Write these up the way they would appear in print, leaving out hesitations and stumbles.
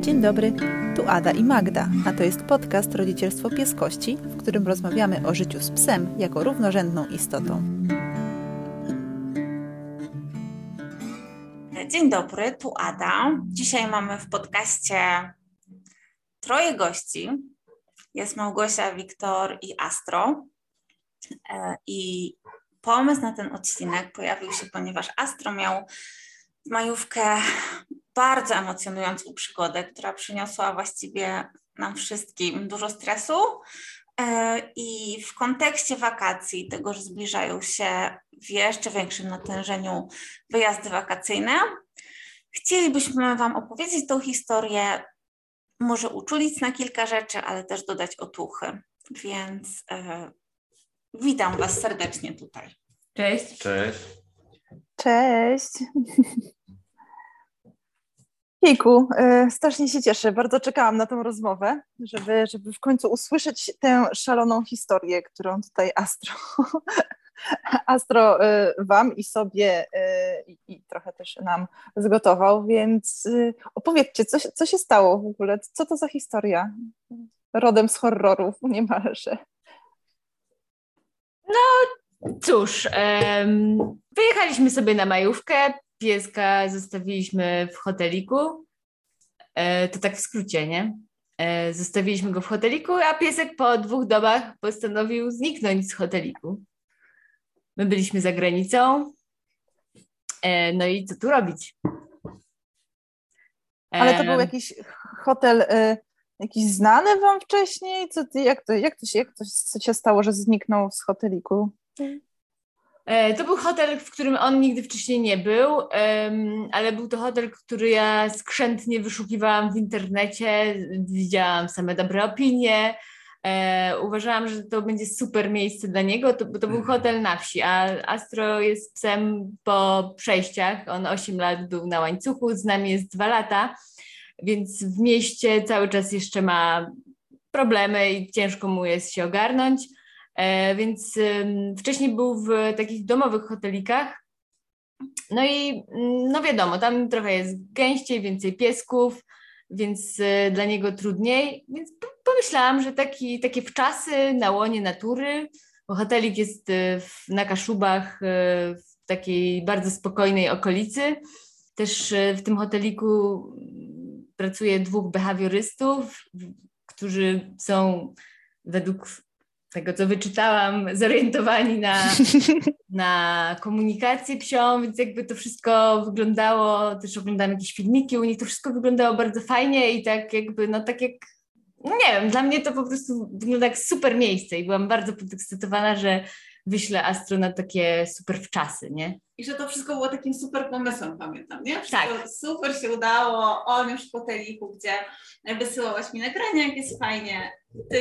Dzień dobry, tu Ada i Magda, a to jest podcast Rodzicielstwo Pieskości, w którym rozmawiamy o życiu z psem jako równorzędną istotą. Dzień dobry, tu Ada. Dzisiaj mamy w podcaście troje gości. Jest Małgosia, Wiktor i Astro. I pomysł na ten odcinek pojawił się, ponieważ Astro miał majówkę bardzo emocjonującą przygodę, która przyniosła właściwie nam wszystkim dużo stresu. I w kontekście wakacji, tego, że zbliżają się w jeszcze większym natężeniu wyjazdy wakacyjne, chcielibyśmy Wam opowiedzieć tą historię, może uczulić na kilka rzeczy, ale też dodać otuchy. Więc witam Was serdecznie tutaj. Cześć. Cześć. Cześć! Jejku, strasznie się cieszę. Bardzo czekałam na tę rozmowę, żeby w końcu usłyszeć tę szaloną historię, którą tutaj Astro Wam i sobie i trochę też nam zgotował, więc opowiedzcie, co się stało w ogóle? Co to za historia? Rodem z horrorów niemalże. Cóż, wyjechaliśmy sobie na majówkę, pieska zostawiliśmy w hoteliku, to tak w skrócie, nie? Zostawiliśmy go w hoteliku, a piesek po 2 dobach postanowił zniknąć z hoteliku. My byliśmy za granicą, no i co tu robić? Ale to był jakiś hotel, jakiś znany Wam wcześniej? Co się stało, że zniknął z hoteliku? To był hotel, w którym on nigdy wcześniej nie był, ale był to hotel, który ja skrzętnie wyszukiwałam w internecie, widziałam same dobre opinie, uważałam, że to będzie super miejsce dla niego, bo to był hotel na wsi, a Astro jest psem po przejściach, on 8 lat był na łańcuchu, z nami jest 2 lata, więc w mieście cały czas jeszcze ma problemy i ciężko mu jest się ogarnąć. Więc wcześniej był w takich domowych hotelikach, no i no wiadomo, tam trochę jest gęściej, więcej piesków, więc dla niego trudniej, więc pomyślałam, że takie wczasy na łonie natury, bo hotelik jest na Kaszubach, w takiej bardzo spokojnej okolicy, też w tym hoteliku pracuje 2 behawiorystów, którzy są według tego, co wyczytałam, zorientowani na komunikację psią, więc jakby to wszystko wyglądało, też oglądałam jakieś filmiki u nich, to wszystko wyglądało bardzo fajnie i tak jakby, no tak jak, no nie wiem, dla mnie to po prostu wygląda jak super miejsce i byłam bardzo podekscytowana, że wyślę Astro na takie super wczasy, nie? I że to wszystko było takim super pomysłem, pamiętam, nie? Wszystko Tak. Super się udało, on już w hoteliku, gdzie wysyłałaś mi nagrania, jak jest fajnie,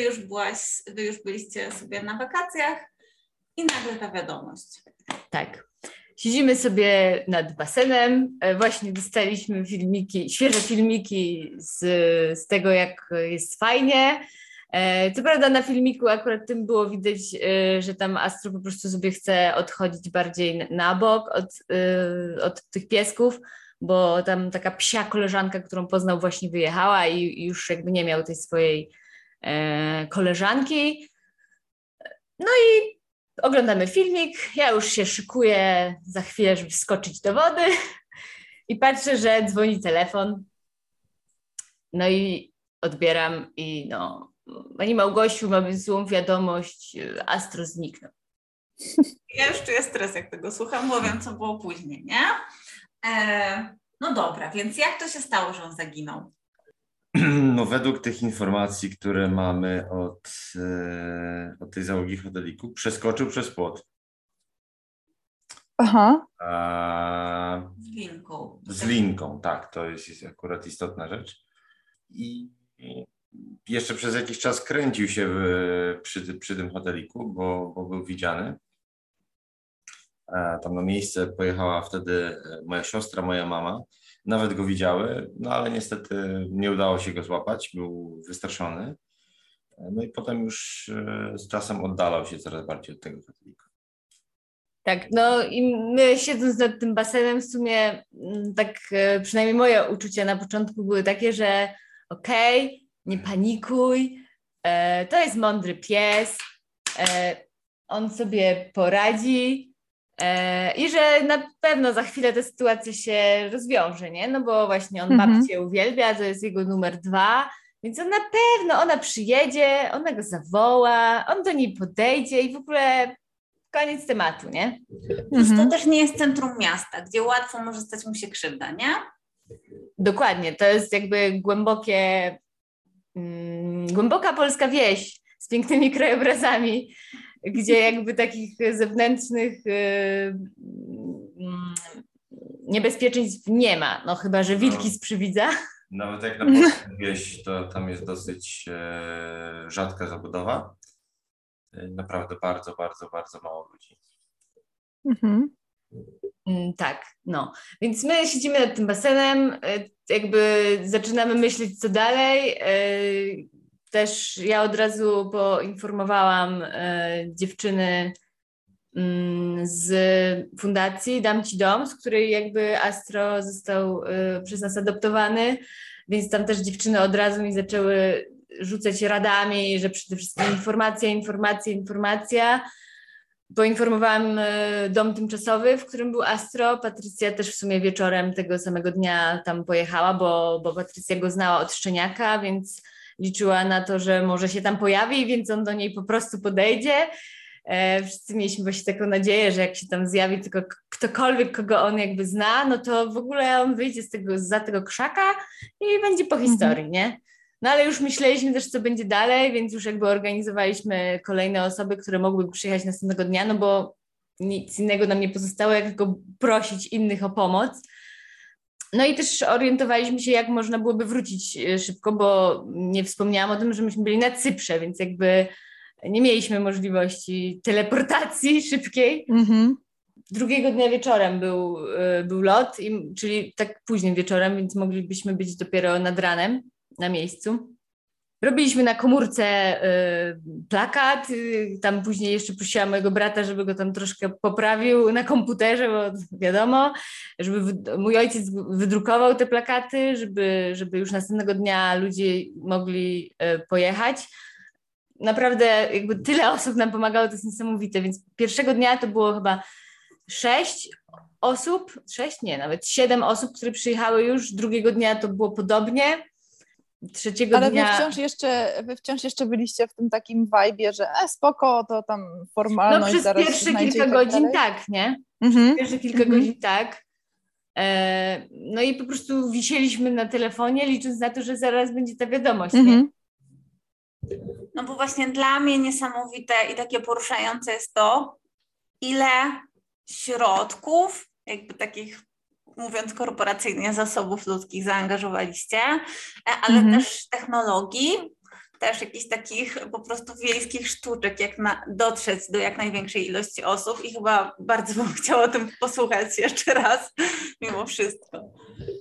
wy już byliście sobie na wakacjach i nagle ta wiadomość. Tak. Siedzimy sobie nad basenem, właśnie dostaliśmy świeże filmiki z tego, jak jest fajnie. Co prawda na filmiku akurat tym było widać, że tam Astro po prostu sobie chce odchodzić bardziej na bok od tych piesków, bo tam taka psia koleżanka, którą poznał, właśnie wyjechała i już jakby nie miał tej swojej koleżanki. No i oglądamy filmik, ja już się szykuję za chwilę, żeby wskoczyć do wody i patrzę, że dzwoni telefon. No i odbieram i no, Pani Małgosiu, mamy złą wiadomość, Astro zniknął. Ja już czuję stres, jak tego słucham, bo wiem, co było później, nie? No dobra, więc jak to się stało, że on zaginął? No według tych informacji, które mamy od tej załogi hoteliku, przeskoczył przez płot. Aha. Z linką, tak, to jest akurat istotna rzecz. I jeszcze przez jakiś czas kręcił się przy tym hoteliku, bo był widziany. Tam na miejsce pojechała wtedy moja siostra, moja mama. Nawet go widziały, no ale niestety nie udało się go złapać, był wystraszony. No i potem już z czasem oddalał się coraz bardziej od tego hoteliku. Tak, no i my siedząc nad tym basenem w sumie tak przynajmniej moje uczucia na początku były takie, że okej, nie panikuj, to jest mądry pies, on sobie poradzi i że na pewno za chwilę ta sytuacja się rozwiąże, nie? No bo właśnie on babcię uwielbia, to jest jego numer 2, więc on na pewno, ona przyjedzie, ona go zawoła, on do niej podejdzie i w ogóle koniec tematu, nie? Plus to też nie jest centrum miasta, gdzie łatwo może stać mu się krzywda, nie? Dokładnie, to jest jakby głęboka polska wieś z pięknymi krajobrazami, gdzie jakby takich zewnętrznych niebezpieczeństw nie ma, no chyba że wilki z przywidza. Nawet jak na polską wieś, to tam jest dosyć rzadka zabudowa. Naprawdę bardzo, bardzo, bardzo mało ludzi. Tak, no. Więc my siedzimy nad tym basenem, jakby zaczynamy myśleć, co dalej. Też ja od razu poinformowałam dziewczyny z fundacji Dam Ci Dom, z której jakby Astro został przez nas adoptowany, więc tam też dziewczyny od razu mi zaczęły rzucać radami, że przede wszystkim informacja. Poinformowałam dom tymczasowy, w którym był Astro. Patrycja też w sumie wieczorem tego samego dnia tam pojechała, bo Patrycja go znała od szczeniaka, więc liczyła na to, że może się tam pojawi, więc on do niej po prostu podejdzie. Wszyscy mieliśmy właśnie taką nadzieję, że jak się tam zjawi tylko ktokolwiek, kogo on jakby zna, no to w ogóle on wyjdzie zza tego krzaka i będzie po historii, nie? No ale już myśleliśmy też, co będzie dalej, więc już jakby organizowaliśmy kolejne osoby, które mogłyby przyjechać następnego dnia, no bo nic innego nam nie pozostało, jak tylko prosić innych o pomoc. No i też orientowaliśmy się, jak można byłoby wrócić szybko, bo nie wspomniałam o tym, że myśmy byli na Cyprze, więc jakby nie mieliśmy możliwości teleportacji szybkiej. Drugiego dnia wieczorem był lot, czyli tak późnym wieczorem, więc moglibyśmy być dopiero nad ranem na miejscu. Robiliśmy na komórce plakat, tam później jeszcze prosiłam mojego brata, żeby go tam troszkę poprawił na komputerze, bo wiadomo, żeby mój ojciec wydrukował te plakaty, żeby już następnego dnia ludzie mogli pojechać. Naprawdę jakby tyle osób nam pomagało, to jest niesamowite, więc pierwszego dnia to było chyba 7 osób, które przyjechały już, drugiego dnia to było podobnie. Trzeciego Ale dnia... wy wciąż jeszcze byliście w tym takim vibe'ie, że spoko, to tam formalność. No przez zaraz pierwsze znajdzie kilka tak godzin dalej. tak, nie? Pierwsze kilka godzin tak. No i po prostu wisieliśmy na telefonie, licząc na to, że zaraz będzie ta wiadomość, nie? No bo właśnie dla mnie niesamowite i takie poruszające jest to, ile środków, jakby takich, mówiąc korporacyjnie, zasobów ludzkich zaangażowaliście, ale też technologii, też jakichś takich po prostu wiejskich sztuczek, jak dotrzeć do jak największej ilości osób i chyba bardzo bym chciała o tym posłuchać jeszcze raz, mimo wszystko.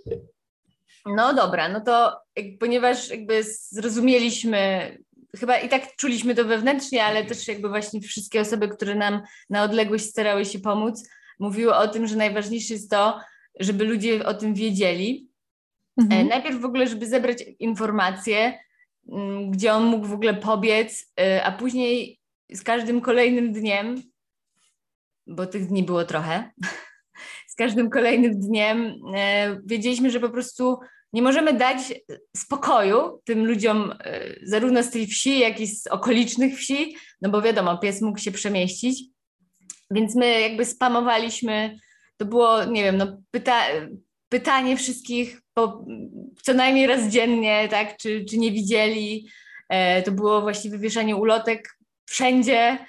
No dobra, no to ponieważ jakby zrozumieliśmy, chyba i tak czuliśmy to wewnętrznie, ale też jakby właśnie wszystkie osoby, które nam na odległość starały się pomóc, mówiły o tym, że najważniejsze jest to, żeby ludzie o tym wiedzieli. Najpierw w ogóle, żeby zebrać informacje, gdzie on mógł w ogóle pobiec, a później z każdym kolejnym dniem, bo tych dni było trochę, z każdym kolejnym dniem wiedzieliśmy, że po prostu nie możemy dać spokoju tym ludziom zarówno z tej wsi, jak i z okolicznych wsi, no bo wiadomo, pies mógł się przemieścić, więc my jakby spamowaliśmy, to było, nie wiem, no pytanie wszystkich co najmniej raz dziennie, tak, czy nie widzieli, to było właśnie wywieszanie ulotek wszędzie.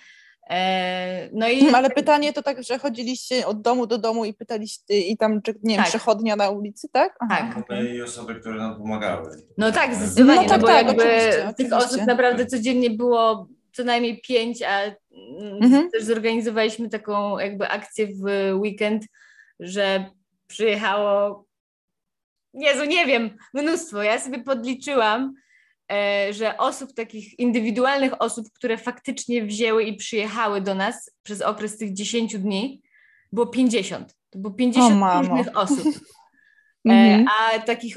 No i... Ale pytanie to tak, że chodziliście od domu do domu i pytaliście i tam, czy nie wiem, przechodnia na ulicy, tak? Tak. I osoby, które nam pomagały. No tak, zdecydowanie, no tak, bo tak, jakby oczywiście. tych osób naprawdę codziennie było co najmniej 5, a też zorganizowaliśmy taką jakby akcję w weekend, że przyjechało, Jezu, nie wiem, mnóstwo. Ja sobie podliczyłam, że osób, takich indywidualnych osób, które faktycznie wzięły i przyjechały do nas przez okres tych 10 dni, było 50. To było 50 różnych osób. A takich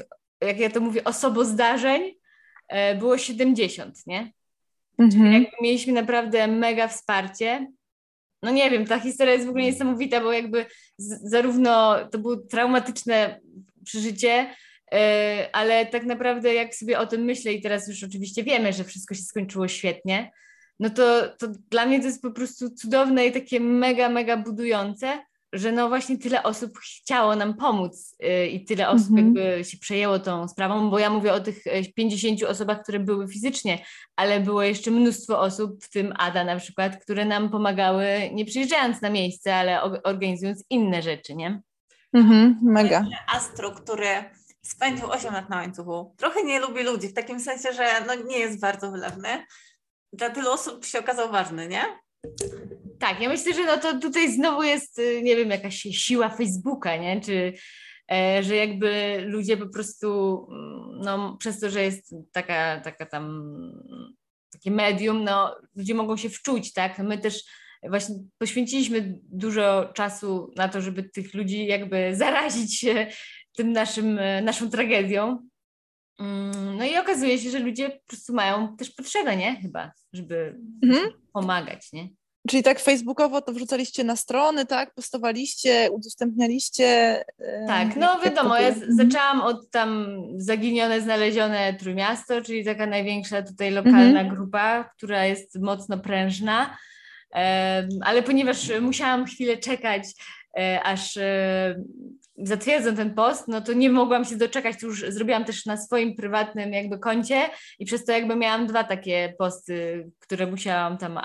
jak ja to mówię, osobozdarzeń było 70, nie? Mhm. Jakby mieliśmy naprawdę mega wsparcie. No nie wiem, ta historia jest w ogóle niesamowita, bo jakby zarówno to było traumatyczne przeżycie, ale tak naprawdę jak sobie o tym myślę i teraz już oczywiście wiemy, że wszystko się skończyło świetnie, no to dla mnie to jest po prostu cudowne i takie mega, mega budujące, że no właśnie tyle osób chciało nam pomóc i tyle osób jakby się przejęło tą sprawą, bo ja mówię o tych 50 osobach, które były fizycznie, ale było jeszcze mnóstwo osób, w tym Ada na przykład, które nam pomagały nie przyjeżdżając na miejsce, ale organizując inne rzeczy, nie? Mega. Astro, który spędził 8 lat na łańcuchu, trochę nie lubi ludzi, w takim sensie, że no nie jest bardzo wylewny. Dla tylu osób się okazał ważny, nie? Tak, ja myślę, że no to tutaj znowu jest, nie wiem, jakaś siła Facebooka, nie? Czy że jakby ludzie po prostu, no przez to, że jest taka tam takie medium, no ludzie mogą się wczuć, tak? My też właśnie poświęciliśmy dużo czasu na to, żeby tych ludzi jakby zarazić się tym naszą tragedią. No i okazuje się, że ludzie po prostu mają też potrzebę, nie? Chyba, żeby pomagać, nie? Czyli tak facebookowo to wrzucaliście na strony, tak? Postowaliście, udostępnialiście. Tak, no wiadomo, ja było? zaczęłam od tam Zaginione, Znalezione Trójmiasto, czyli taka największa tutaj lokalna grupa, która jest mocno prężna, ale ponieważ musiałam chwilę czekać, aż zatwierdzę ten post, no to nie mogłam się doczekać, to już zrobiłam też na swoim prywatnym jakby koncie i przez to jakby miałam 2 takie posty, które musiałam tam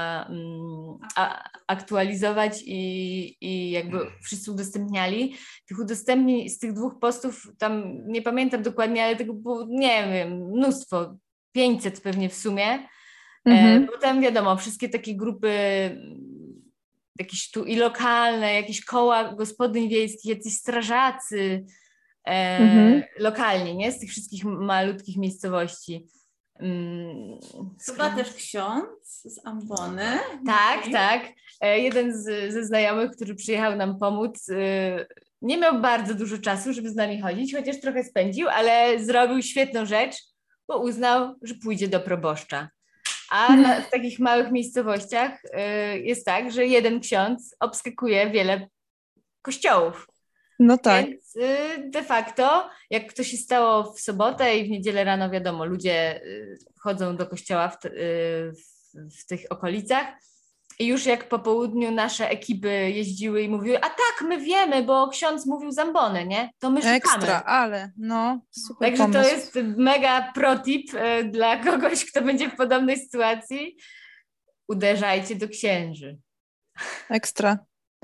aktualizować i jakby wszyscy udostępniali. Tych udostępnień z tych 2 postów tam nie pamiętam dokładnie, ale tego było, nie wiem, mnóstwo, 500 pewnie w sumie. Potem wiadomo, wszystkie takie grupy jakieś tu i lokalne, jakieś koła gospodyń wiejskich, jacyś strażacy lokalni, nie? Z tych wszystkich malutkich miejscowości. Chyba też ksiądz z Ambony. Tak. Jeden ze znajomych, który przyjechał nam pomóc, nie miał bardzo dużo czasu, żeby z nami chodzić, chociaż trochę spędził, ale zrobił świetną rzecz, bo uznał, że pójdzie do proboszcza. A w takich małych miejscowościach jest tak, że jeden ksiądz obskakuje wiele kościołów. No tak. Więc de facto, jak to się stało w sobotę i w niedzielę rano, wiadomo, ludzie chodzą do kościoła w tych okolicach i już jak po południu nasze ekipy jeździły i mówiły, a tak, my wiemy, bo ksiądz mówił Zambony, nie? To my szukamy. Ekstra, ale no, super Także pomysł. to jest mega pro-tip dla kogoś, kto będzie w podobnej sytuacji. Uderzajcie do księży. Ekstra.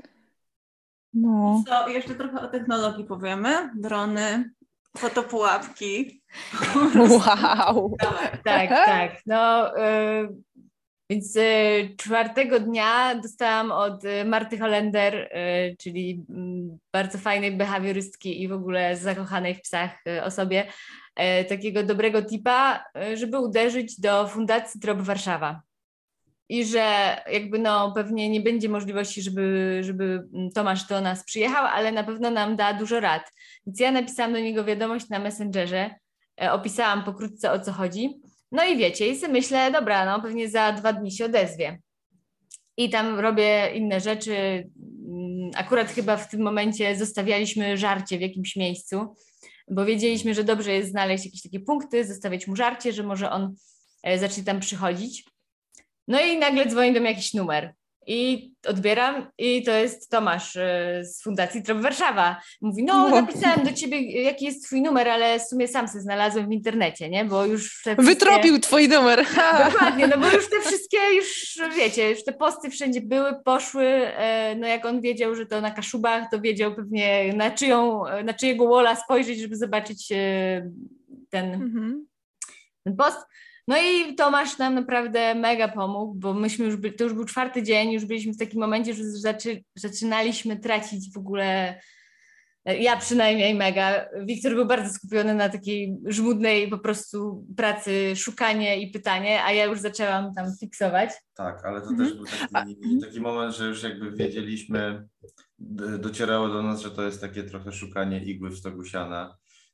No. Co, jeszcze trochę o technologii powiemy. Drony, fotopułapki. Wow. Tak. No, więc 4 dnia dostałam od Marty Holender, czyli bardzo fajnej behawiorystki i w ogóle zakochanej w psach osobie, takiego dobrego tipa, żeby uderzyć do Fundacji Trop Warszawa. I że jakby no pewnie nie będzie możliwości, żeby Tomasz do nas przyjechał, ale na pewno nam da dużo rad. Więc ja napisałam do niego wiadomość na Messengerze, opisałam pokrótce o co chodzi. No i wiecie, i sobie myślę, dobra, no pewnie za 2 dni się odezwie. I tam robię inne rzeczy. Akurat chyba w tym momencie zostawialiśmy żarcie w jakimś miejscu, bo wiedzieliśmy, że dobrze jest znaleźć jakieś takie punkty, zostawiać mu żarcie, że może on zacznie tam przychodzić. No i nagle dzwoni do mnie jakiś numer i odbieram i to jest Tomasz z Fundacji Trop Warszawa. Mówi, no napisałem do ciebie, jaki jest twój numer, ale w sumie sam se znalazłem w internecie, nie? Bo już te wszystkie... Wytropił twój numer. Dokładnie, no bo już te wszystkie, już wiecie, już te posty wszędzie były, poszły, no jak on wiedział, że to na Kaszubach, to wiedział pewnie na czyjego walla spojrzeć, żeby zobaczyć ten post. No i Tomasz nam naprawdę mega pomógł, bo myśmy już to już był 4 dzień, już byliśmy w takim momencie, że zaczynaliśmy tracić w ogóle, ja przynajmniej mega. Wiktor był bardzo skupiony na takiej żmudnej po prostu pracy, szukanie i pytanie, a ja już zaczęłam tam fiksować. Tak, ale to też był taki moment, że już jakby wiedzieliśmy, docierało do nas, że to jest takie trochę szukanie igły w stogu siana.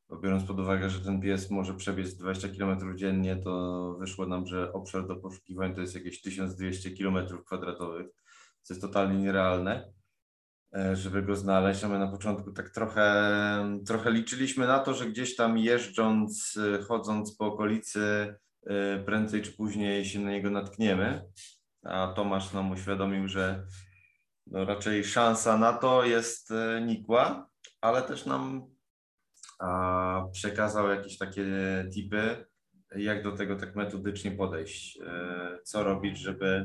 Bo biorąc pod uwagę, że ten pies może przebiec 20 km dziennie, to wyszło nam, że obszar do poszukiwań to jest jakieś 1200 km², co jest totalnie nierealne, żeby go znaleźć. A my na początku tak trochę liczyliśmy na to, że gdzieś tam jeżdżąc, chodząc po okolicy, prędzej czy później się na niego natkniemy. A Tomasz nam uświadomił, że no raczej szansa na to jest nikła, ale też nam przekazał jakieś takie tipy, jak do tego tak metodycznie podejść, co robić,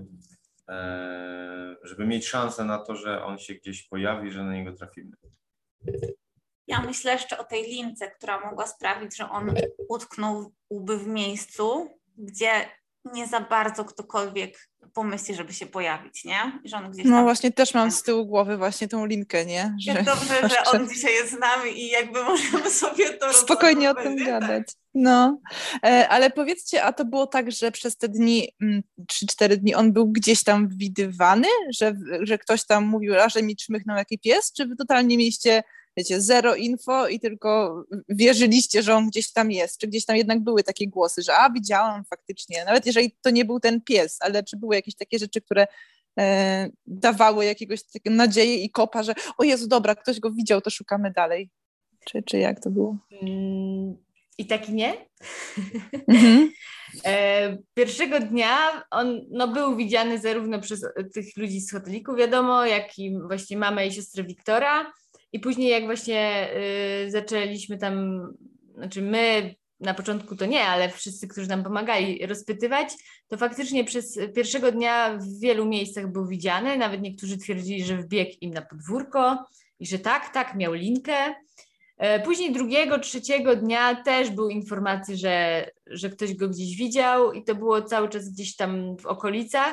żeby mieć szansę na to, że on się gdzieś pojawi, że na niego trafimy. Ja myślę jeszcze o tej lince, która mogła sprawić, że on utknąłby w miejscu, gdzie nie za bardzo ktokolwiek pomyśli, żeby się pojawić, nie? Że on gdzieś No tam... właśnie też mam z tyłu głowy właśnie tą linkę, nie? Jak dobrze, że on dzisiaj jest z nami i jakby możemy sobie to spokojnie o rozmawiać, tym nie? gadać. No, ale powiedzcie, a to było tak, że przez te dni, 3-4 dni on był gdzieś tam widywany, że ktoś tam mówił, a że mi czmychnął jaki pies, czy wy totalnie mieliście, wiecie, zero info i tylko wierzyliście, że on gdzieś tam jest, czy gdzieś tam jednak były takie głosy, że widziałam faktycznie, nawet jeżeli to nie był ten pies, ale czy były jakieś takie rzeczy, które dawały jakiegoś takiej nadzieję i kopa, że o Jezu, dobra, ktoś go widział, to szukamy dalej. Czy jak to było? I tak i nie. Mhm. Pierwszego dnia on był widziany zarówno przez tych ludzi z hoteliku, wiadomo, jak i właśnie mamę i siostrę Wiktora. I później jak właśnie zaczęliśmy tam, znaczy my na początku to nie, ale wszyscy, którzy nam pomagali rozpytywać, to faktycznie przez pierwszego dnia w wielu miejscach był widziany. Nawet niektórzy twierdzili, że wbiegł im na podwórko i że tak, miał linkę. Później drugiego, trzeciego dnia też były informacje, że ktoś go gdzieś widział i to było cały czas gdzieś tam w okolicach.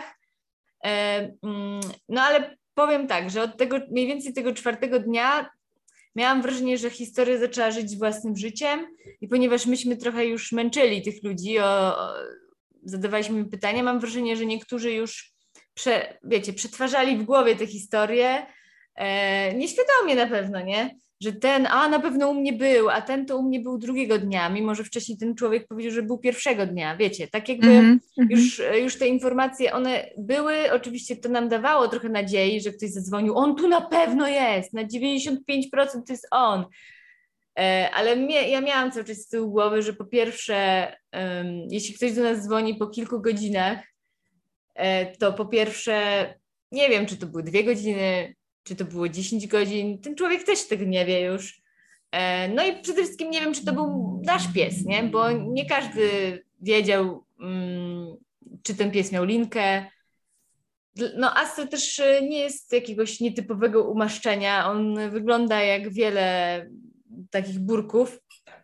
No ale powiem tak, że od tego mniej więcej tego czwartego dnia miałam wrażenie, że historia zaczęła żyć własnym życiem i ponieważ myśmy trochę już męczyli tych ludzi, zadawaliśmy im pytania, mam wrażenie, że niektórzy już przetwarzali w głowie tę historię, nieświadomie na pewno, nie? Że ten, na pewno u mnie był, a ten to u mnie był drugiego dnia, mimo że wcześniej ten człowiek powiedział, że był pierwszego dnia, wiecie, tak jakby już te informacje, one były, oczywiście to nam dawało trochę nadziei, że ktoś zadzwonił, on tu na pewno jest, na 95% to jest on, ale ja miałam cały czas z tyłu głowy, że po pierwsze, jeśli ktoś do nas dzwoni po kilku godzinach, to po pierwsze, nie wiem, czy to były 2 godziny, czy to było 10 godzin, ten człowiek też tego nie wie już. No i przede wszystkim nie wiem, czy to był nasz pies, nie? Bo nie każdy wiedział, czy ten pies miał linkę. No Astro też nie jest jakiegoś nietypowego umaszczenia, on wygląda jak wiele takich burków,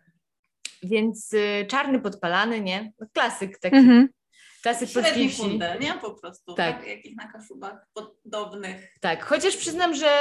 więc czarny, podpalany, nie? No, klasyk taki. Klasyk polskiej wsi. Kundel, nie? Po prostu, tak. Jakich na Kaszubach podobnych. Tak, chociaż przyznam, że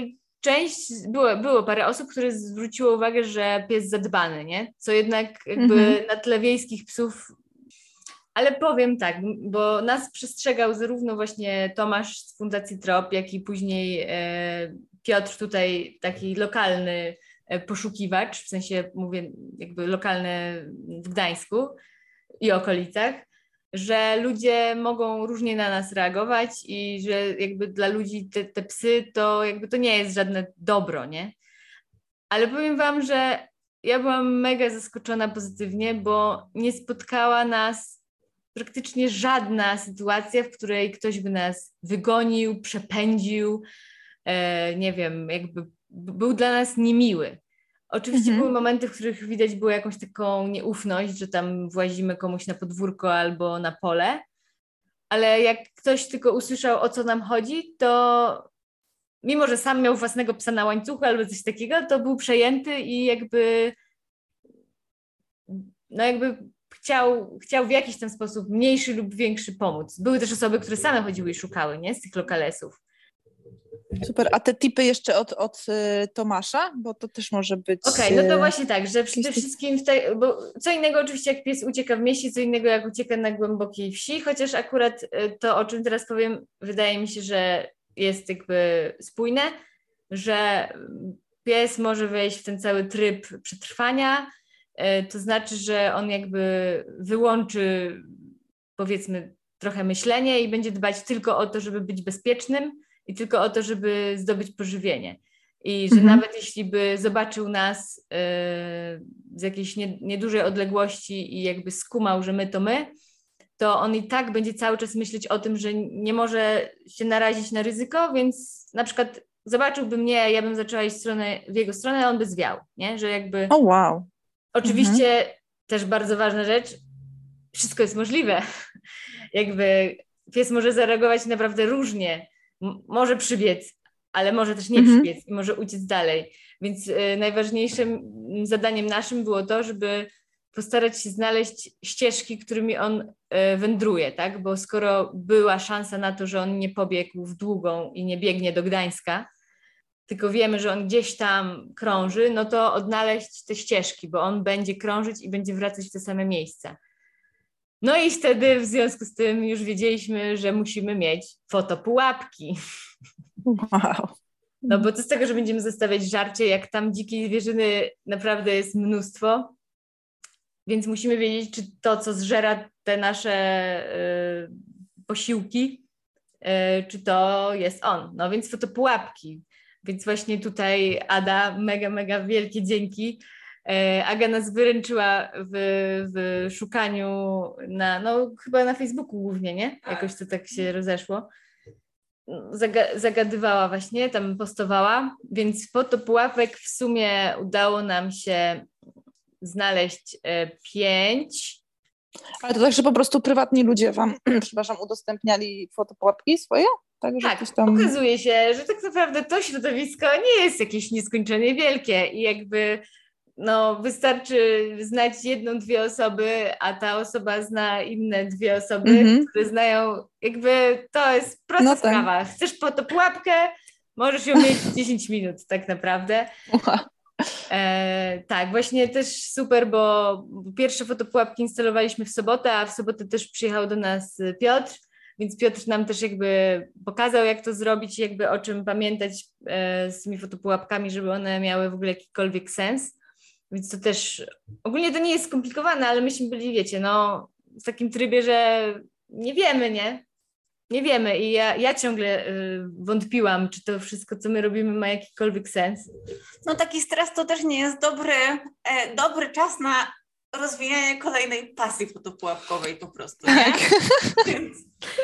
było parę osób, które zwróciło uwagę, że pies zadbany, nie? Co jednak jakby na tle wiejskich psów, ale powiem tak, bo nas przestrzegał zarówno właśnie Tomasz z Fundacji Trop, jak i później Piotr tutaj, taki lokalny poszukiwacz, w sensie mówię jakby lokalny w Gdańsku i okolicach, że ludzie mogą różnie na nas reagować i że jakby dla ludzi te psy to jakby to nie jest żadne dobro, nie? Ale powiem wam, że ja byłam mega zaskoczona pozytywnie, bo nie spotkała nas praktycznie żadna sytuacja, w której ktoś by nas wygonił, przepędził, nie wiem, jakby był dla nas niemiły. Oczywiście były momenty, w których widać było jakąś taką nieufność, że tam włazimy komuś na podwórko albo na pole, ale jak ktoś tylko usłyszał, o co nam chodzi, to mimo, że sam miał własnego psa na łańcuchu albo coś takiego, to był przejęty i jakby chciał w jakiś tam sposób mniejszy lub większy pomóc. Były też osoby, które same chodziły i szukały, nie? Z tych lokalesów. Super, a te tipy jeszcze od Tomasza, bo to też może być... Okej, no to właśnie tak, że przede wszystkim, bo co innego oczywiście jak pies ucieka w mieście, co innego jak ucieka na głębokiej wsi, chociaż akurat to, o czym teraz powiem, wydaje mi się, że jest jakby spójne, że pies może wejść w ten cały tryb przetrwania, to znaczy, że on jakby wyłączy, powiedzmy, trochę myślenie i będzie dbać tylko o to, żeby być bezpiecznym i tylko o to, żeby zdobyć pożywienie. I że nawet jeśli by zobaczył nas z jakiejś niedużej odległości i jakby skumał, że my to my, to on i tak będzie cały czas myśleć o tym, że nie może się narazić na ryzyko, więc na przykład zobaczyłby mnie, ja bym zaczęła iść w jego stronę, a on by zwiał, nie? Że jakby... O wow. Oczywiście też bardzo ważna rzecz, wszystko jest możliwe. Jakby pies może zareagować naprawdę różnie, może przybiec, ale może też nie przybiec i może uciec dalej. Więc najważniejszym zadaniem naszym było to, żeby postarać się znaleźć ścieżki, którymi on wędruje, tak? Bo skoro była szansa na to, że on nie pobiegł w długą i nie biegnie do Gdańska, tylko wiemy, że on gdzieś tam krąży, no to odnaleźć te ścieżki, bo on będzie krążyć i będzie wracać w te same miejsca. No i wtedy w związku z tym już wiedzieliśmy, że musimy mieć fotopułapki. Wow. No bo co z tego, że będziemy zostawiać żarcie, jak tam dzikiej zwierzyny naprawdę jest mnóstwo, więc musimy wiedzieć, czy to, co zżera te nasze posiłki, czy to jest on. No więc fotopułapki. Więc właśnie tutaj Ada, mega wielkie dzięki. Aga nas wyręczyła w szukaniu chyba na Facebooku głównie, nie? Jakoś to tak się rozeszło. Zagadywała właśnie, tam postowała, więc fotopułapek w sumie udało nam się znaleźć 5. Ale to tak, że po prostu prywatni ludzie wam, przepraszam, udostępniali fotopułapki swoje? Tak, okazuje się, że tak naprawdę to środowisko nie jest jakieś nieskończenie wielkie i jakby wystarczy znać 1-2 osoby, a ta osoba zna inne 2 osoby, które znają, jakby to jest prosta sprawa. Chcesz fotopułapkę, możesz ją mieć w 10 minut tak naprawdę. Wow. Tak, właśnie też super, bo pierwsze fotopułapki instalowaliśmy w sobotę, a w sobotę też przyjechał do nas Piotr, więc Piotr nam też jakby pokazał, jak to zrobić, jakby o czym pamiętać z tymi fotopułapkami, żeby one miały w ogóle jakikolwiek sens. Więc to też, ogólnie to nie jest skomplikowane, ale myśmy byli, wiecie, w takim trybie, że nie wiemy, nie wiemy i ja ciągle wątpiłam, czy to wszystko, co my robimy, ma jakikolwiek sens. No taki stres to też nie jest dobry czas na rozwijanie kolejnej pasji fotopułapkowej po prostu, nie? Więc...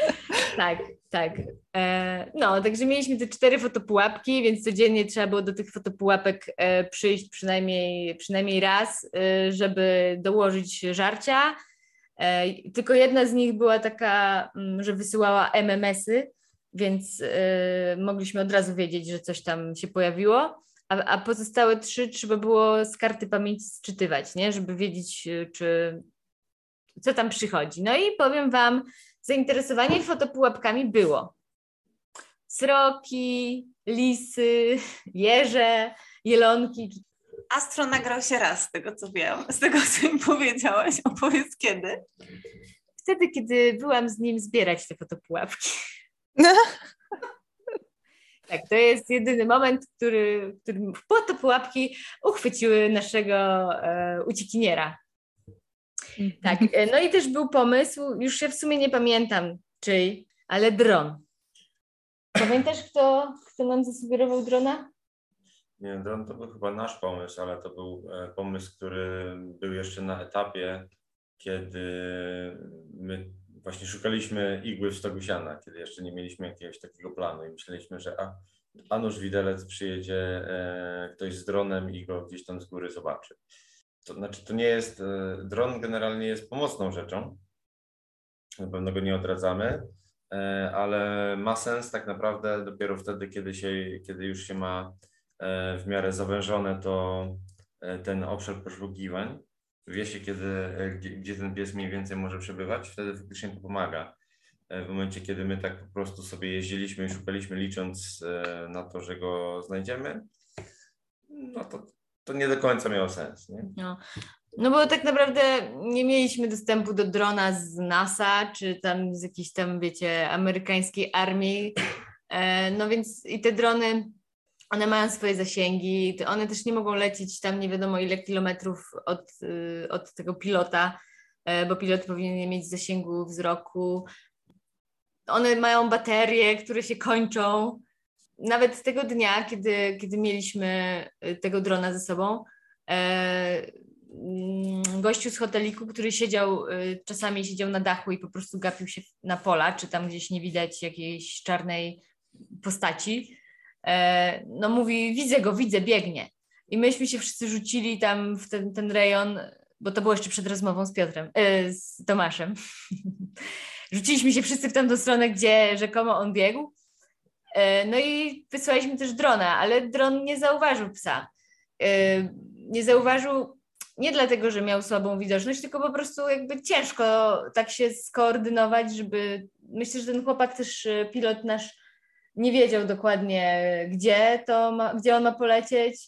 Tak. Także mieliśmy te 4 fotopułapki, więc codziennie trzeba było do tych fotopułapek przyjść przynajmniej raz, żeby dołożyć żarcia. Tylko jedna z nich była taka, że wysyłała MMS-y, więc mogliśmy od razu wiedzieć, że coś tam się pojawiło, a pozostałe 3 trzeba było z karty pamięci sczytywać, nie? Żeby wiedzieć, co tam przychodzi. No i powiem wam, zainteresowanie fotopułapkami było. Sroki, lisy, jeże, jelonki. Astro nagrał się raz, z tego co wiem, z tego co mi powiedziałaś. Opowiedz kiedy? Wtedy, kiedy byłam z nim zbierać te fotopułapki. Tak, to jest jedyny moment, w którym fotopułapki uchwyciły naszego uciekiniera. Tak, no i też był pomysł, już ja w sumie nie pamiętam czyj, ale dron. Pamiętasz, kto nam zasugerował drona? Nie, dron to był chyba nasz pomysł, ale to był pomysł, który był jeszcze na etapie, kiedy my właśnie szukaliśmy igły w stogu siana, kiedy jeszcze nie mieliśmy jakiegoś takiego planu i myśleliśmy, że a nuż widelec przyjedzie ktoś z dronem i go gdzieś tam z góry zobaczy. To znaczy, to nie jest, dron generalnie jest pomocną rzeczą, na pewno go nie odradzamy, ale ma sens tak naprawdę dopiero wtedy, kiedy już się ma w miarę zawężone ten obszar poszukiwań, wie się, gdzie ten pies mniej więcej może przebywać, wtedy faktycznie to pomaga. W momencie, kiedy my tak po prostu sobie jeździliśmy i szukaliśmy, licząc na to, że go znajdziemy, no to nie do końca miało sens, nie? No bo tak naprawdę nie mieliśmy dostępu do drona z NASA, czy tam z jakiejś tam, wiecie, amerykańskiej armii, no więc i te drony one mają swoje zasięgi, one też nie mogą lecieć tam nie wiadomo ile kilometrów od tego pilota, bo pilot powinien nie mieć zasięgu wzroku. One mają baterie, które się kończą. Nawet tego dnia, kiedy mieliśmy tego drona ze sobą, gościu z hoteliku, który czasami siedział na dachu i po prostu gapił się na pola, czy tam gdzieś nie widać jakiejś czarnej postaci, no mówi, widzę, biegnie. I myśmy się wszyscy rzucili tam w ten rejon, bo to było jeszcze przed rozmową z Piotrem, z Tomaszem. Rzuciliśmy się wszyscy w tamtą stronę, gdzie rzekomo on biegł. No i wysłaliśmy też drona, ale dron nie zauważył psa. Nie zauważył nie dlatego, że miał słabą widoczność, tylko po prostu jakby ciężko tak się skoordynować, żeby... Myślę, że ten chłopak też, pilot nasz, nie wiedział dokładnie, gdzie on ma polecieć.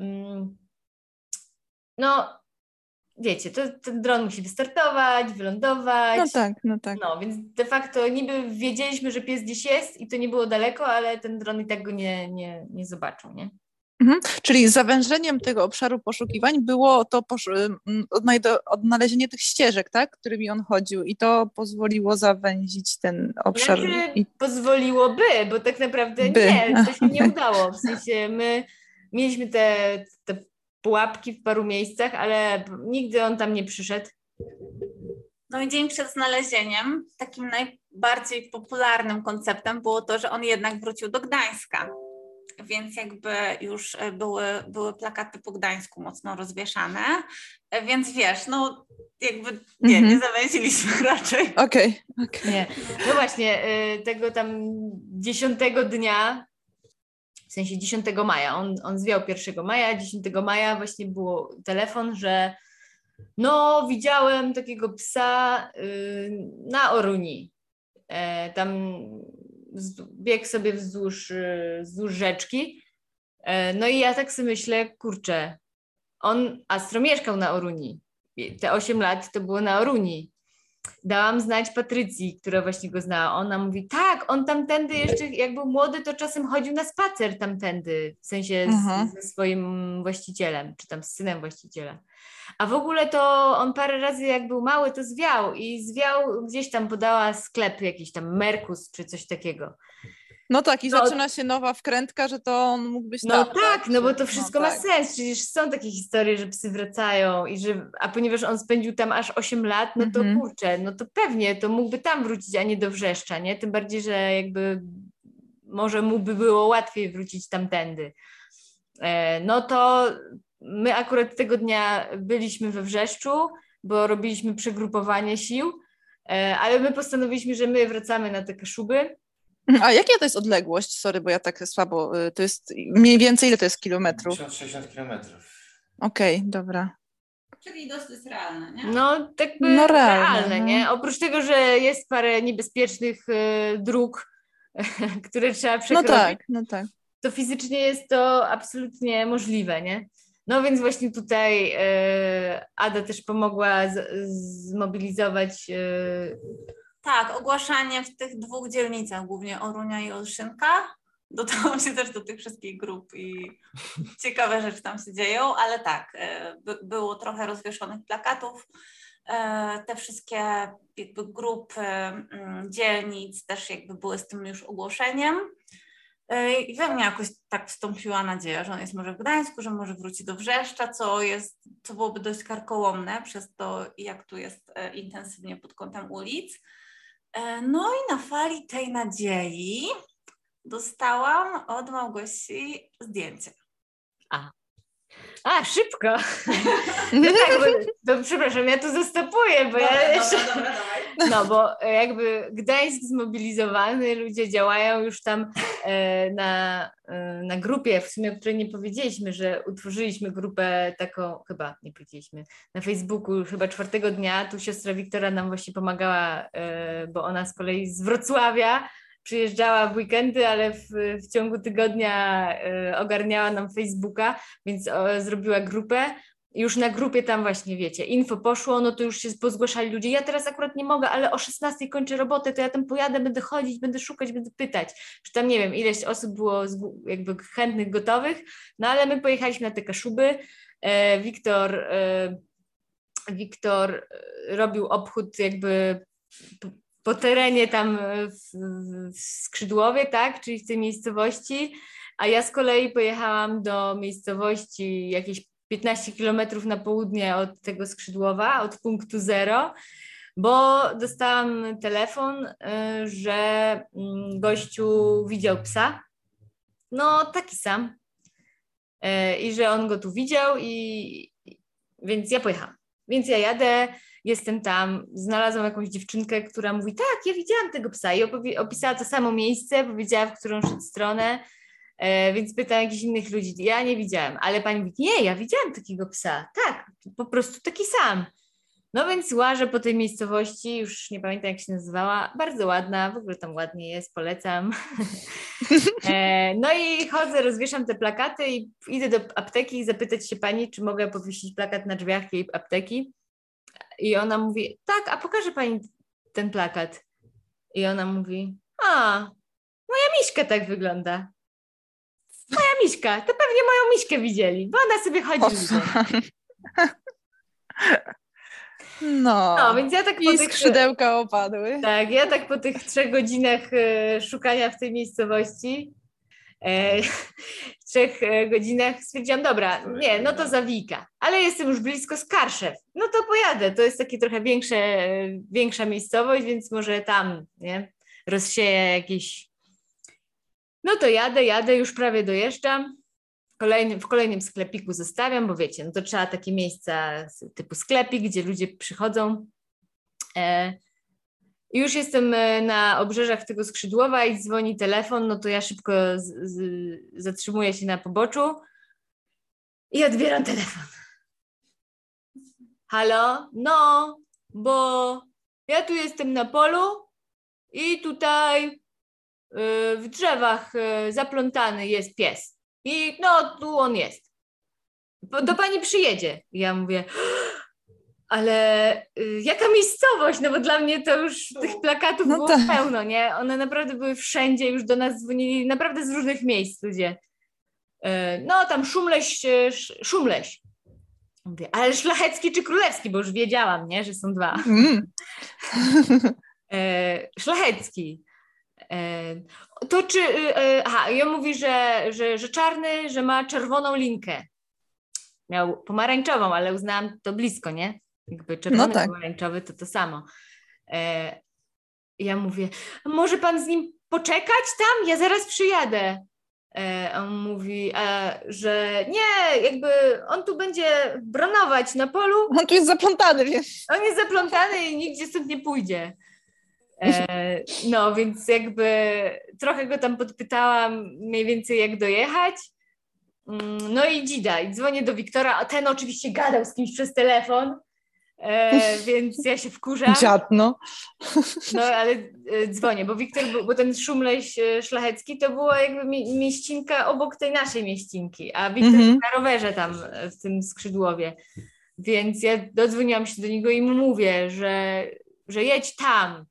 No, wiecie, ten dron musi wystartować, wylądować. No tak. No, więc de facto niby wiedzieliśmy, że pies gdzieś jest i to nie było daleko, ale ten dron i tak go nie zobaczył, nie? Czyli zawężeniem tego obszaru poszukiwań było to odnalezienie tych ścieżek, tak, którymi on chodził i to pozwoliło zawęzić ten obszar. Pozwoliłoby, bo tak naprawdę nie, to się nie udało. W sensie my mieliśmy te pułapki w paru miejscach, ale nigdy on tam nie przyszedł. No i dzień przed znalezieniem takim najbardziej popularnym konceptem było to, że on jednak wrócił do Gdańska. Więc jakby już były plakaty po Gdańsku mocno rozwieszane, więc wiesz, no jakby nie zawęziliśmy raczej. Okej. Nie. No właśnie, tego tam 10 dnia, w sensie 10 maja, on zwiał 1 maja, 10 maja właśnie było telefon, że no widziałem takiego psa na Oruni, tam biegł sobie wzdłuż rzeczki. No i ja tak sobie myślę, kurczę, Astro mieszkał na Oruni. Te 8 lat to było na Oruni. Dałam znać Patrycji, która właśnie go znała. Ona mówi, tak, on tamtędy jeszcze, jak był młody, to czasem chodził na spacer tamtędy, w sensie ze swoim właścicielem, czy tam z synem właściciela. A w ogóle to on parę razy, jak był mały, to zwiał gdzieś tam, podała sklep jakiś tam Merkus, czy coś takiego. No tak, i zaczyna się nowa wkrętka, że to on mógł być no tam. Tak, no bo to wszystko ma sens. Przecież są takie historie, że psy wracają a ponieważ on spędził tam aż 8 lat, no to kurczę, no to pewnie to mógłby tam wrócić, a nie do Wrzeszcza, nie? Tym bardziej, że jakby może mu by było łatwiej wrócić tamtędy. No to my akurat tego dnia byliśmy we Wrzeszczu, bo robiliśmy przegrupowanie sił, ale my postanowiliśmy, że my wracamy na te Kaszuby. A jaka to jest odległość? Sorry, bo ja tak słabo, to jest mniej więcej ile to jest kilometrów? 60 kilometrów. Okej, dobra. Czyli dosyć realne, nie? No tak realne, nie? Oprócz tego, że jest parę niebezpiecznych dróg, które trzeba przekroczyć, no tak. To fizycznie jest to absolutnie możliwe, nie? No więc właśnie tutaj Ada też pomogła zmobilizować... Tak, ogłaszanie w tych 2 dzielnicach, głównie Orunia i Olszynka. Dodałam się też do tych wszystkich grup i ciekawe rzeczy tam się dzieją, ale tak, było trochę rozwieszonych plakatów. Te wszystkie jakby grupy dzielnic też jakby były z tym już ogłoszeniem. I we mnie jakoś tak wstąpiła nadzieja, że on jest może w Gdańsku, że może wróci do Wrzeszcza, co byłoby dość karkołomne przez to, jak tu jest intensywnie pod kątem ulic. No i na fali tej nadziei dostałam od Małgosi zdjęcie. Szybko. No tak, bo przepraszam, ja tu zastopuję, bo ja jeszcze... Dobra. No, bo jakby Gdańsk zmobilizowany, ludzie działają już tam na grupie, w sumie o której nie powiedzieliśmy, że utworzyliśmy grupę taką, chyba nie powiedzieliśmy, na Facebooku chyba 4 dnia, tu siostra Wiktora nam właśnie pomagała, bo ona z kolei z Wrocławia przyjeżdżała w weekendy, ale w ciągu tygodnia ogarniała nam Facebooka, więc zrobiła grupę już na grupie tam właśnie, wiecie, info poszło, no to już się pozgłaszali ludzie. Ja teraz akurat nie mogę, ale o 16 kończę robotę, to ja tam pojadę, będę chodzić, będę szukać, będę pytać. Czy tam, nie wiem, ileś osób było jakby chętnych, gotowych, no ale my pojechaliśmy na te Kaszuby. Wiktor robił obchód jakby po terenie tam w Skrzydłowie, tak, czyli w tej miejscowości, a ja z kolei pojechałam do miejscowości jakieś 15 kilometrów na południe od tego Skrzydłowa, od punktu 0, bo dostałam telefon, że gościu widział psa, no taki sam, i że on go tu widział, więc ja pojechałam. Więc ja jadę, jestem tam, znalazłam jakąś dziewczynkę, która mówi, tak, ja widziałam tego psa i opisała to samo miejsce, powiedziała, w którą szedł stronę, więc pytam jakichś innych ludzi, ja nie widziałam, ale pani mówi, nie, ja widziałam takiego psa, tak, po prostu taki sam. No więc łażę po tej miejscowości, już nie pamiętam jak się nazywała, bardzo ładna, w ogóle tam ładnie jest, polecam. No i chodzę, rozwieszam te plakaty i idę do apteki i zapytać się pani, czy mogę powiesić plakat na drzwiach jej apteki. I ona mówi, tak, a pokaże pani ten plakat. I ona mówi, moja Miśka tak wygląda. Moja Miśka, to pewnie moją Miśkę widzieli, bo ona sobie chodzi. No, więc ja tak i skrzydełka opadły. Tak, ja tak po tych 3 godzinach szukania w tej miejscowości, 3 godzinach stwierdziłam, dobra, nie, no to Zawika, ale jestem już blisko Skarszew, no to pojadę, to jest takie trochę większa miejscowość, więc może tam, nie, rozsieję jakieś, no to jadę, już prawie dojeżdżam, w kolejnym sklepiku zostawiam, bo wiecie, no to trzeba takie miejsca typu sklepik, gdzie ludzie przychodzą. I już jestem na obrzeżach tego Skrzydłowa i dzwoni telefon, no to ja szybko zatrzymuję się na poboczu i odbieram telefon. Halo? No, bo ja tu jestem na polu i tutaj w drzewach zaplątany jest pies. I no, tu on jest. Do pani przyjedzie. I ja mówię, ale jaka miejscowość? No bo dla mnie to już tych plakatów było pełno, nie? One naprawdę były wszędzie, już do nas dzwonili, naprawdę z różnych miejsc ludzie. No tam Szumleś. Mówię, ale Szlachecki czy Królewski? Bo już wiedziałam, nie? Że są 2. Szlachecki. To czy... i on mówi, że czarny, że ma czerwoną linkę. Miał pomarańczową, ale uznałam to blisko, nie? Jakby czerwony, pomarańczowy to samo. Ja mówię, może pan z nim poczekać tam? Ja zaraz przyjadę. On mówi, że nie, jakby on tu będzie bronować na polu. On tu jest zaplątany, wiesz. On jest zaplątany i nigdzie stąd nie pójdzie. No, więc jakby trochę go tam podpytałam mniej więcej jak dojechać. No i dzida. I dzwonię do Wiktora, a ten oczywiście gadał z kimś przez telefon, więc ja się wkurzam. Dziadno. No, ale dzwonię, bo Wiktor, bo ten Szumleś Szlachecki to była jakby mieścinka obok tej naszej mieścinki, a Wiktor na rowerze tam w tym Skrzydłowie. Więc ja dodzwoniłam się do niego i mu mówię, że jedź tam.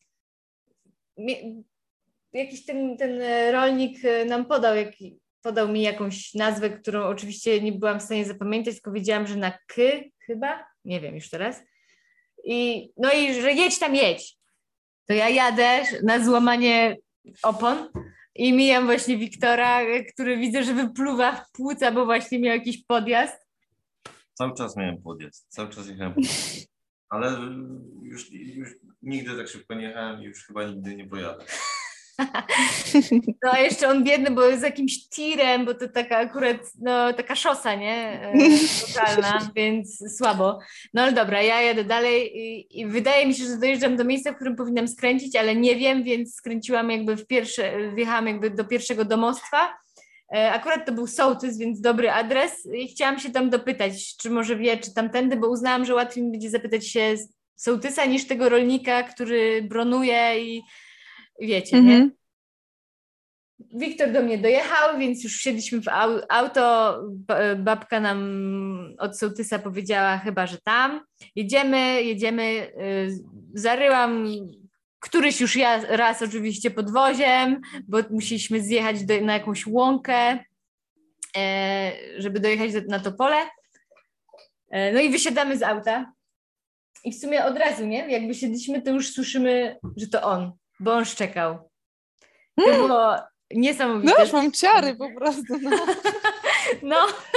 Jakiś ten rolnik nam podał mi jakąś nazwę, którą oczywiście nie byłam w stanie zapamiętać, tylko wiedziałam, że na K chyba, nie wiem już teraz. I że jedź. To ja jadę na złamanie opon i mijam właśnie Wiktora, który widzę, że wypluwa w płuca, bo właśnie miał jakiś podjazd. Cały czas miałem podjazd, cały czas jechałem podjazd. Ale już nigdy tak szybko nie jechałem i już chyba nigdy nie pojadę. No a jeszcze on biedny, bo jest jakimś tirem, bo to taka akurat, no taka szosa, nie? Lokalna, więc słabo. No ale dobra, ja jadę dalej i wydaje mi się, że dojeżdżam do miejsca, w którym powinnam skręcić, ale nie wiem, więc skręciłam jakby wjechałam jakby do pierwszego domostwa. Akurat to był sołtys, więc dobry adres i chciałam się tam dopytać, czy może wie, czy tamtędy, bo uznałam, że łatwiej mi będzie zapytać się sołtysa niż tego rolnika, który bronuje i wiecie, nie? Wiktor do mnie dojechał, więc już wsiedliśmy w auto. Babka nam od sołtysa powiedziała chyba, że tam. Jedziemy. Zaryłam któryś już raz oczywiście podwoziem, bo musieliśmy zjechać na jakąś łąkę, żeby dojechać na to pole. No i wysiadamy z auta. I w sumie od razu, nie? Jak wysiedliśmy, to już słyszymy, że to on, bo on szczekał. To było niesamowite. No już mam ciary po prostu. No.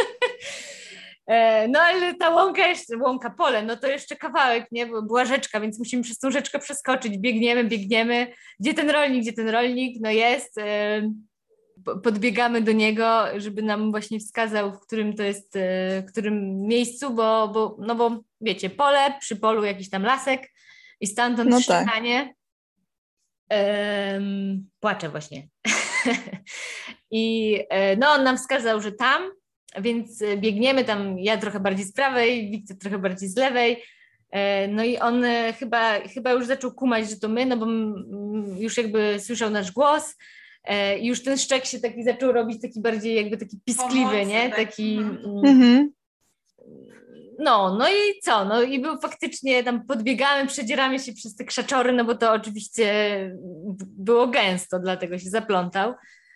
No ale ta łąka pole, no to jeszcze kawałek, nie? Bo była rzeczka, więc musimy przez tą rzeczkę przeskoczyć. Biegniemy. Gdzie ten rolnik? No jest. Podbiegamy do niego, żeby nam właśnie wskazał, w którym to jest, w którym miejscu, bo wiecie, pole, przy polu jakiś tam lasek i stamtąd szczekanie. Płaczę właśnie. I on nam wskazał, że tam, więc biegniemy tam, ja trochę bardziej z prawej, Wiktor trochę bardziej z lewej. No i on chyba już zaczął kumać, że to my, no bo już jakby słyszał nasz głos. I już ten szczek się taki zaczął robić taki bardziej jakby taki piskliwy, pomocy, nie? Tak? Taki... No i co? No i był faktycznie, tam podbiegamy, przedzieramy się przez te krzaczory, no bo to oczywiście było gęsto, dlatego się zaplątał.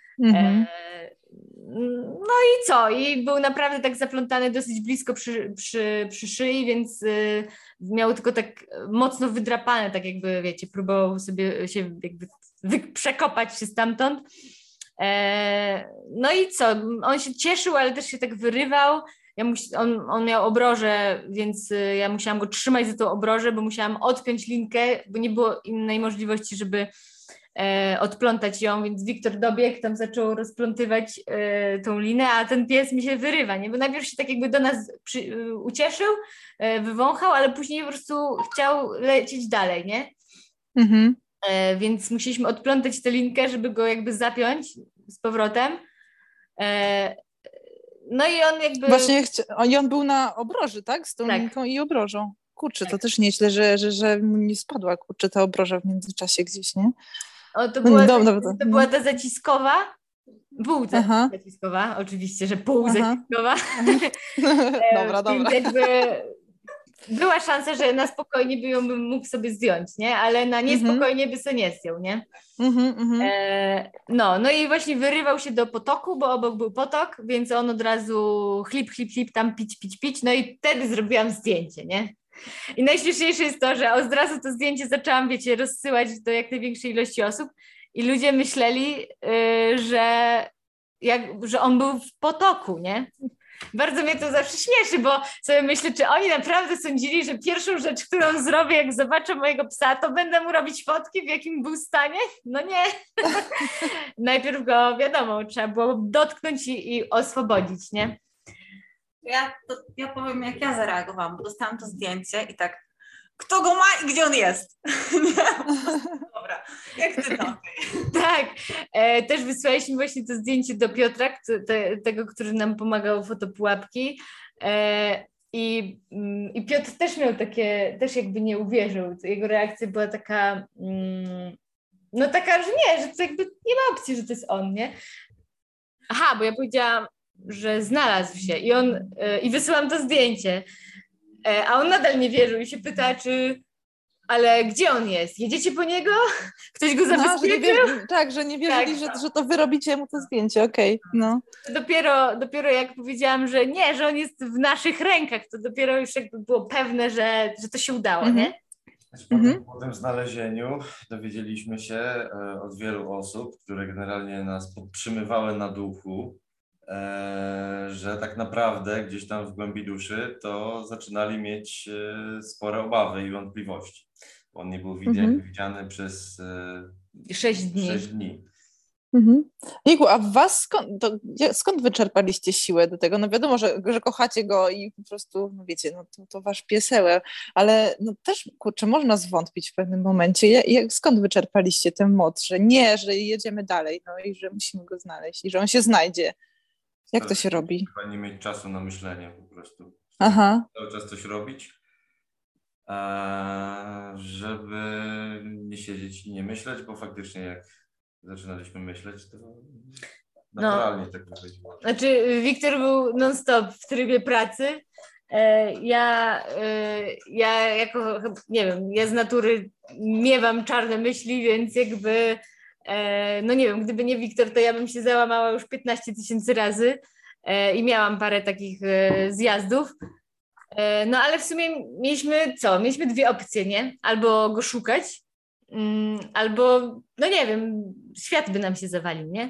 No i co? I był naprawdę tak zaplątany dosyć blisko przy szyi, więc miał tylko tak mocno wydrapane, tak jakby, wiecie, próbował sobie się jakby przekopać się stamtąd. No i co? On się cieszył, ale też się tak wyrywał. On miał obrożę, więc ja musiałam go trzymać za tą obrożę, bo musiałam odpiąć linkę, bo nie było innej możliwości, żeby odplątać ją, więc Wiktor dobiegł, tam zaczął rozplątywać tą linę, a ten pies mi się wyrywa, nie? Bo najpierw się tak jakby do nas ucieszył, wywąchał, ale później po prostu chciał lecieć dalej, nie? Więc musieliśmy odplątać tę linkę, żeby go jakby zapiąć z powrotem. No i on jakby... Właśnie, on był na obroży, tak? Z tą linką i obrożą. Kurczę, to też nieźle, że mu nie spadła, kurczę, ta obroża w międzyczasie gdzieś, nie? To była ta zaciskowa, zaciskowa, oczywiście, że zaciskowa. Dobra. Więc jakby była szansa, że na spokojnie by ją mógł sobie zdjąć, nie? Ale na niespokojnie by sobie nie zdjął, nie? No i właśnie wyrywał się do potoku, bo obok był potok, więc on od razu chlip, tam pić, no i wtedy zrobiłam zdjęcie, nie? I najśmieszniejsze jest to, że od razu to zdjęcie zaczęłam, wiecie, rozsyłać do jak największej ilości osób i ludzie myśleli, że on był w potoku, nie? Bardzo mnie to zawsze śmieszy, bo sobie myślę, czy oni naprawdę sądzili, że pierwszą rzecz, którą zrobię, jak zobaczę mojego psa, to będę mu robić fotki, w jakim był stanie? No nie. Najpierw go, wiadomo, trzeba było dotknąć i oswobodzić, nie? Ja powiem, jak ja zareagowałam, bo dostałam to zdjęcie i tak, kto go ma i gdzie on jest? Dobra, jak ty to? Tak, też wysłaliśmy właśnie to zdjęcie do Piotra, tego, który nam pomagał fotopułapki. I Piotr też miał takie, też jakby nie uwierzył. Jego reakcja była taka, no taka, że nie, że to jakby nie ma opcji, że to jest on, nie? Aha, bo ja powiedziałam, że znalazł się i wysyłam to zdjęcie, a on nadal nie wierzył i się pyta, ale gdzie on jest? Jedziecie po niego? Ktoś go zabezpieczył? Że nie wierzyli, że to wy robicie mu to zdjęcie, okej. No. Dopiero jak powiedziałam, że nie, że on jest w naszych rękach, to dopiero już jakby było pewne, że to się udało, nie? Po tym znalezieniu dowiedzieliśmy się od wielu osób, które generalnie nas podtrzymywały na duchu, że tak naprawdę gdzieś tam w głębi duszy to zaczynali mieć spore obawy i wątpliwości. On nie był widziany przez 6 dni. 6 dni. Jejku, a skąd wyczerpaliście siłę do tego? No wiadomo, że kochacie go i po prostu, no wiecie, no to wasz piesełek, ale no też, kurczę, można zwątpić w pewnym momencie. Skąd wyczerpaliście tę moc, że jedziemy dalej, no i że musimy go znaleźć i że on się znajdzie? Jak to się robi? Chyba nie mieć czasu na myślenie po prostu. Cały czas coś robić, żeby nie siedzieć i nie myśleć, bo faktycznie jak zaczynaliśmy myśleć, to naturalnie tak wychodziło. Znaczy Wiktor był non-stop w trybie pracy. Ja jako, nie wiem, ja z natury miewam czarne myśli, więc jakby, no nie wiem, gdyby nie Wiktor, to ja bym się załamała już 15 000 razy i miałam parę takich zjazdów. No ale w sumie mieliśmy dwie opcje, nie? Albo go szukać, albo, no nie wiem, świat by nam się zawalił, nie?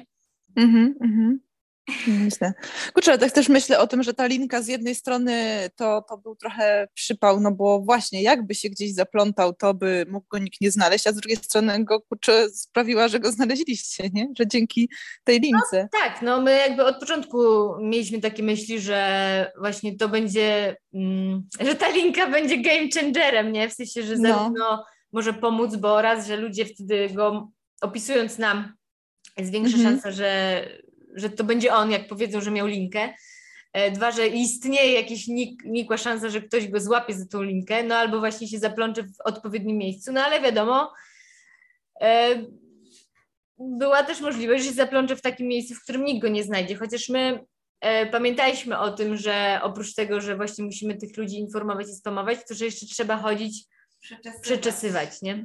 Myślę. Kurczę, ale tak też myślę o tym, że ta linka z jednej strony to był trochę przypał, no bo właśnie jakby się gdzieś zaplątał, to by mógł go nikt nie znaleźć, a z drugiej strony go, kurczę, sprawiła, że go znaleźliście, nie? Że dzięki tej lince. No, tak, no my jakby od początku mieliśmy takie myśli, że właśnie to będzie, że ta linka będzie game changerem, nie? W sensie, że zarówno może pomóc, bo raz, że ludzie wtedy go opisując nam, jest większa szansa, że to będzie on, jak powiedzą, że miał linkę. Dwa, że istnieje jakaś nikła szansa, że ktoś go złapie za tą linkę, no albo właśnie się zaplącze w odpowiednim miejscu, no ale wiadomo, była też możliwość, że się zaplącze w takim miejscu, w którym nikt go nie znajdzie, chociaż my pamiętaliśmy o tym, że oprócz tego, że właśnie musimy tych ludzi informować i spamować, to że jeszcze trzeba chodzić, przeczesywać, nie?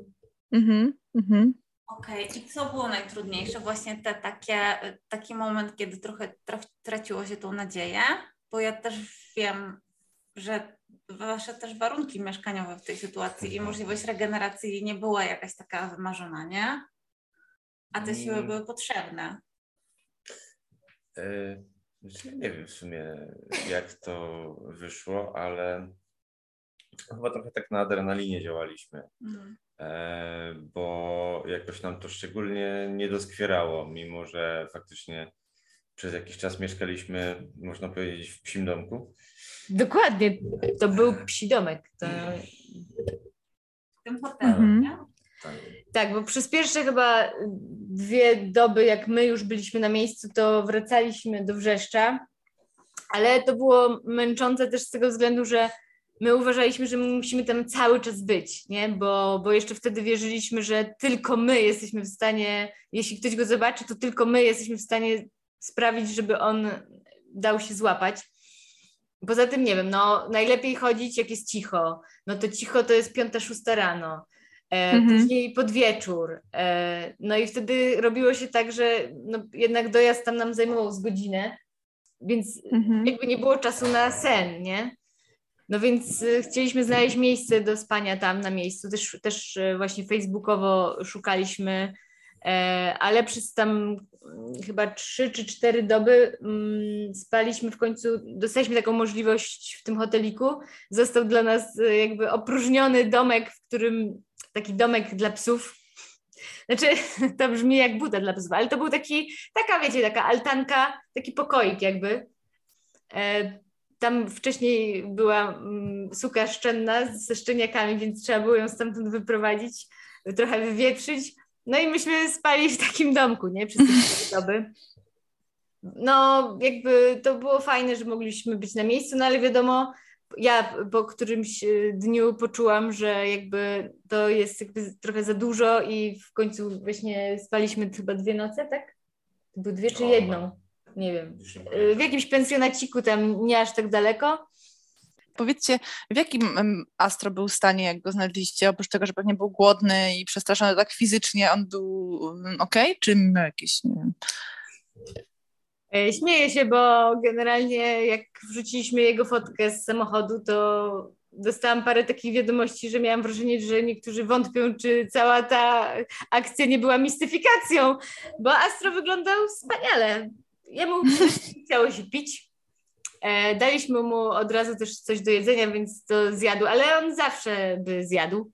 Okej, i co było najtrudniejsze? Właśnie taki moment, kiedy trochę traciło się tą nadzieję, bo ja też wiem, że wasze też warunki mieszkaniowe w tej sytuacji i możliwość regeneracji nie była jakaś taka wymarzona, nie? A te siły były potrzebne. Nie wiem w sumie, jak to wyszło, ale chyba trochę tak na adrenalinie działaliśmy. Bo jakoś nam to szczególnie nie doskwierało, mimo że faktycznie przez jakiś czas mieszkaliśmy, można powiedzieć, w psim domku. Dokładnie, to był psi domek. To... W tym hotelu, nie? Tak, bo przez pierwsze chyba 2 doby, jak my już byliśmy na miejscu, to wracaliśmy do Wrzeszcza, ale to było męczące też z tego względu, że my uważaliśmy, że my musimy tam cały czas być, nie? Bo jeszcze wtedy wierzyliśmy, że tylko my jesteśmy w stanie, jeśli ktoś go zobaczy, to tylko my jesteśmy w stanie sprawić, żeby on dał się złapać. Poza tym, nie wiem, no najlepiej chodzić, jak jest cicho. No to cicho to jest 5-6 rano. Później pod wieczór. No i wtedy robiło się tak, że no, jednak dojazd tam nam zajmował z godzinę, więc jakby nie było czasu na sen, nie? No więc chcieliśmy znaleźć miejsce do spania tam na miejscu, też właśnie facebookowo szukaliśmy, ale przez tam chyba 3 czy 4 doby spaliśmy w końcu, dostaliśmy taką możliwość w tym hoteliku, został dla nas jakby opróżniony domek, w którym taki domek dla psów, znaczy to brzmi jak buda dla psów, ale to był taka altanka, taki pokoik jakby. Tam wcześniej była suka szczenna ze szczeniakami, więc trzeba było ją stamtąd wyprowadzić, trochę wywietrzyć. No i myśmy spali w takim domku, nie? Przez te doby. No jakby to było fajne, że mogliśmy być na miejscu, no ale wiadomo, ja po którymś dniu poczułam, że jakby to jest jakby trochę za dużo i w końcu właśnie spaliśmy chyba 2 noce, tak? To były 2 czy 1? Nie wiem. W jakimś pensjonaciku tam nie aż tak daleko. Powiedzcie, w jakim Astro był stanie, jak go znaleźliście? Oprócz tego, że pewnie był głodny i przestraszony tak fizycznie, on był okej? Czy miał jakieś, nie wiem... Śmieję się, bo generalnie jak wrzuciliśmy jego fotkę z samochodu, to dostałam parę takich wiadomości, że miałam wrażenie, że niektórzy wątpią, czy cała ta akcja nie była mistyfikacją, bo Astro wyglądał wspaniale. Jemu chciało się pić. Daliśmy mu od razu też coś do jedzenia, więc to zjadł, ale on zawsze by zjadł.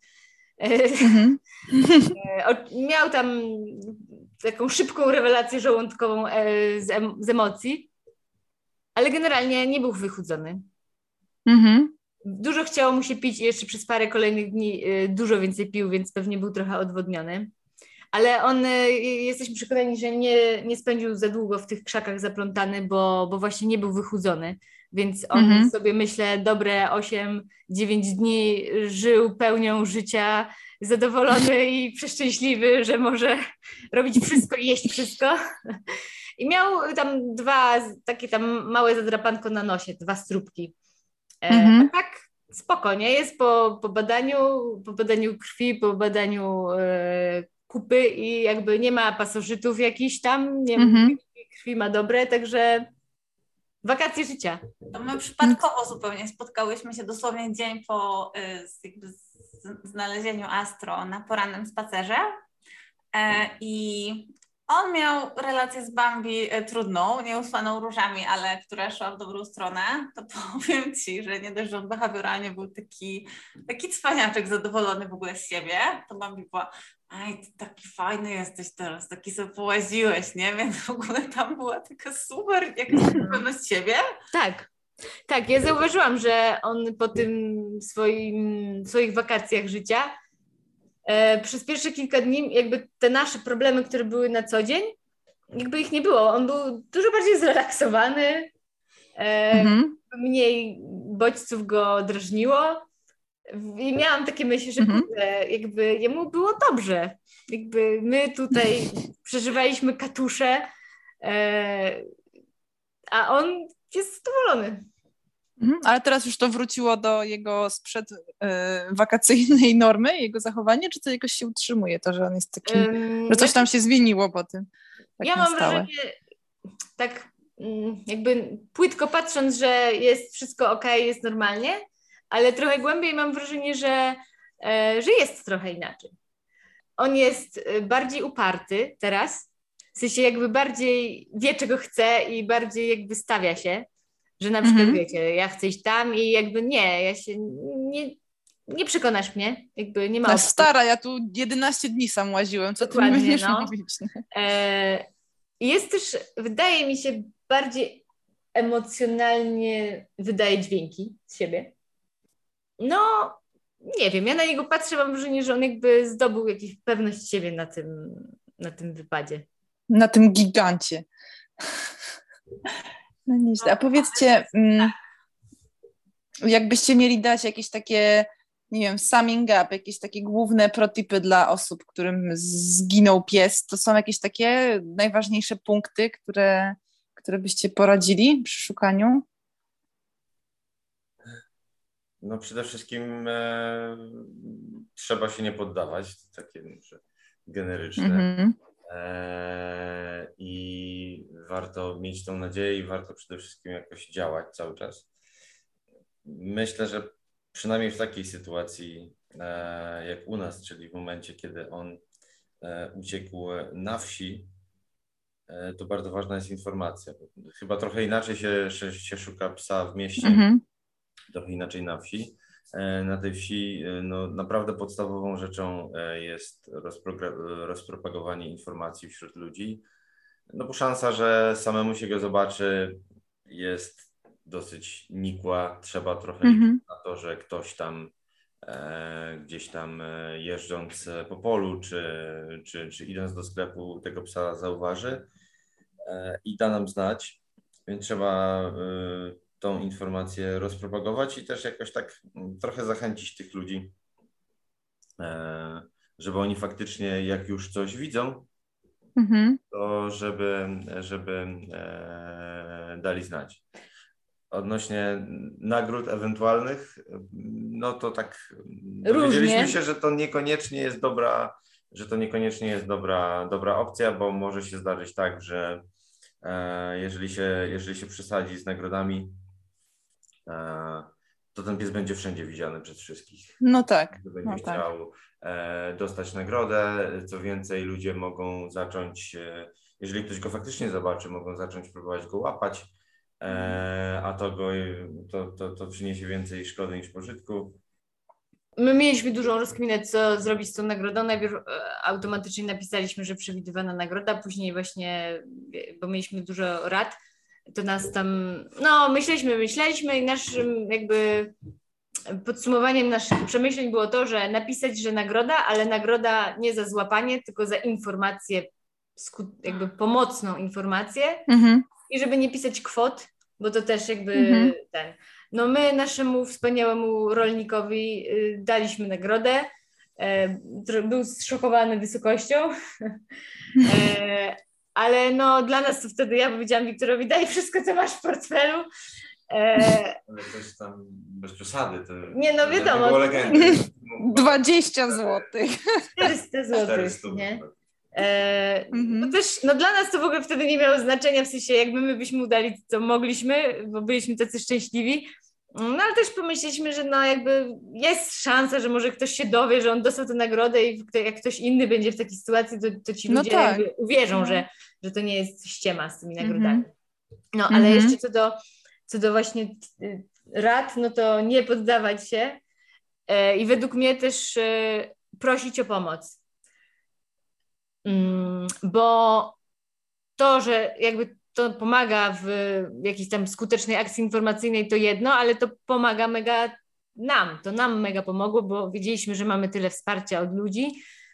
Miał tam taką szybką rewelację żołądkową z emocji, ale generalnie nie był wychudzony. Dużo chciało mu się pić i jeszcze przez parę kolejnych dni dużo więcej pił, więc pewnie był trochę odwodniony. Ale on, jesteśmy przekonani, że nie spędził za długo w tych krzakach zaplątany, bo właśnie nie był wychudzony. więc on sobie, myślę, dobre 8-9 dni żył pełnią życia, zadowolony i przeszczęśliwy, że może robić wszystko i jeść wszystko. I miał tam 2 takie tam małe zadrapanko na nosie, 2 stróbki. A tak spokojnie jest po badaniu krwi, po badaniu kupy i jakby nie ma pasożytów jakichś tam, nie krwi ma dobre, także wakacje życia. To my przypadkowo zupełnie spotkałyśmy się dosłownie dzień po znalezieniu Astro na porannym spacerze i on miał relację z Bambi trudną, nieusłaną różami, ale która szła w dobrą stronę. To powiem Ci, że nie dość, że on behawioralnie był taki cwaniaczek zadowolony w ogóle z siebie, to Bambi była: aj, ty taki fajny jesteś teraz, taki sobie połaziłeś, nie? Więc w ogóle tam była taka super jakaś pewność siebie. Tak, ja zauważyłam, że on po tym swoich wakacjach życia przez pierwsze kilka dni jakby te nasze problemy, które były na co dzień, jakby ich nie było. On był dużo bardziej zrelaksowany, mniej bodźców go drażniło i miałam takie myśli, że jakby jemu było dobrze. Jakby my tutaj przeżywaliśmy katusze, a on jest zadowolony. Ale teraz już to wróciło do jego sprzed wakacyjnej normy, jego zachowanie, czy to jakoś się utrzymuje, to, że on jest taki, że coś tam się zmieniło po tym? Tak ja mam wrażenie, tak jakby płytko patrząc, że jest wszystko okej, jest normalnie, ale trochę głębiej mam wrażenie, że jest trochę inaczej. On jest bardziej uparty teraz, w sensie jakby bardziej wie, czego chce i bardziej jakby stawia się. Że na przykład, wiecie, ja chcę iść tam i jakby nie przekonasz mnie, jakby nie ma opcji. Stara, ja tu 11 dni sam łaziłem, co ty mi będziesz mówić? Jest też, wydaje mi się, bardziej emocjonalnie wydaje dźwięki z siebie. No, nie wiem, ja na niego patrzę, mam wrażenie, że on jakby zdobył jakąś pewność siebie na tym wypadzie. Na tym gigancie. No nieźle. A powiedzcie, jakbyście mieli dać jakieś takie, nie wiem, summing up, jakieś takie główne protipy dla osób, którym zginął pies, to są jakieś takie najważniejsze punkty, które byście poradzili przy szukaniu? No przede wszystkim trzeba się nie poddawać, to takie generyczne. I warto mieć tą nadzieję i warto przede wszystkim jakoś działać cały czas. Myślę, że przynajmniej w takiej sytuacji jak u nas, czyli w momencie, kiedy on uciekł na wsi, to bardzo ważna jest informacja. Chyba trochę inaczej się szuka psa w mieście, trochę inaczej na wsi. Na tej wsi no, naprawdę podstawową rzeczą jest rozpropagowanie informacji wśród ludzi, no bo szansa, że samemu się go zobaczy, jest dosyć nikła. Trzeba trochę liczyć na to, że ktoś tam gdzieś tam jeżdżąc po polu czy idąc do sklepu tego psa zauważy i da nam znać, więc trzeba tą informację rozpropagować i też jakoś tak trochę zachęcić tych ludzi, żeby oni faktycznie, jak już coś widzą, to żeby dali znać. Odnośnie nagród ewentualnych, no to tak dowiedzieliśmy się, że to niekoniecznie jest dobra opcja, bo może się zdarzyć tak, że jeżeli się przesadzi z nagrodami, to ten pies będzie wszędzie widziany przez wszystkich. No tak. Kto będzie chciał dostać nagrodę, co więcej ludzie mogą zacząć, jeżeli ktoś go faktycznie zobaczy, mogą zacząć próbować go łapać, a to przyniesie więcej szkody niż pożytku. My mieliśmy dużą rozkminę, co zrobić z tą nagrodą. Najpierw automatycznie napisaliśmy, że przewidywana nagroda, później właśnie, bo mieliśmy dużo rad, to nas tam, no myśleliśmy i naszym jakby podsumowaniem naszych przemyśleń było to, że napisać, że nagroda, ale nagroda nie za złapanie, tylko za informację, jakby pomocną informację i żeby nie pisać kwot, bo to też jakby no my naszemu wspaniałemu rolnikowi daliśmy nagrodę. Był zszokowany wysokością, ale no dla nas to wtedy ja powiedziałam Wiktorowi, daj wszystko, co masz w portfelu. Ale coś tam bez przesady. To nie, no wiadomo. Było legendy. 20 zł. 400 zł, nie? To też, no dla nas to w ogóle wtedy nie miało znaczenia, w sensie jakby my byśmy mu dali, co mogliśmy, bo byliśmy tacy szczęśliwi. No ale też pomyśleliśmy, że no jakby jest szansa, że może ktoś się dowie, że on dostał tę nagrodę i jak ktoś inny będzie w takiej sytuacji, to ci ludzie jakby uwierzą, że to nie jest ściema z tymi nagrodami. No ale jeszcze co do właśnie rad, no to nie poddawać się i według mnie też prosić o pomoc. Bo to, że jakby to pomaga w jakiejś tam skutecznej akcji informacyjnej, to jedno, ale to pomaga mega nam. To nam mega pomogło, bo wiedzieliśmy, że mamy tyle wsparcia od ludzi.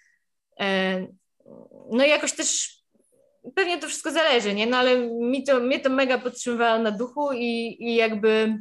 No i jakoś też pewnie to wszystko zależy, nie? No ale mnie to mega podtrzymywało na duchu i jakby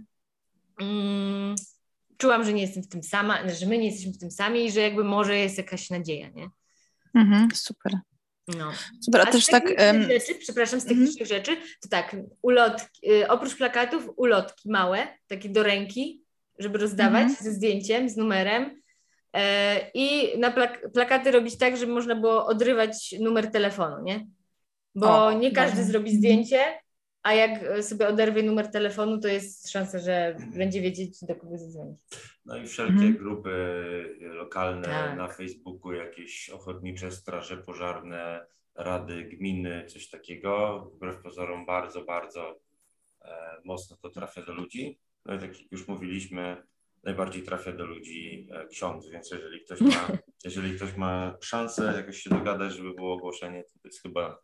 czułam, że nie jestem w tym sama, że my nie jesteśmy w tym sami i że jakby może jest jakaś nadzieja, nie? Super. No. Super, a też tak... z technicznych rzeczy, to tak, oprócz plakatów, ulotki małe, takie do ręki, żeby rozdawać ze zdjęciem, z numerem i na plakaty robić tak, żeby można było odrywać numer telefonu, nie? Bo nie każdy zrobi zdjęcie, a jak sobie oderwie numer telefonu, to jest szansa, że będzie wiedzieć, do kogo zadzwonić. No i wszelkie grupy lokalne na Facebooku, jakieś ochotnicze straże pożarne, rady gminy, coś takiego. Wbrew pozorom bardzo, bardzo mocno to trafia do ludzi. No i tak jak już mówiliśmy, najbardziej trafia do ludzi ksiądz, więc jeżeli ktoś ma szansę jakoś się dogadać, żeby było ogłoszenie, to jest chyba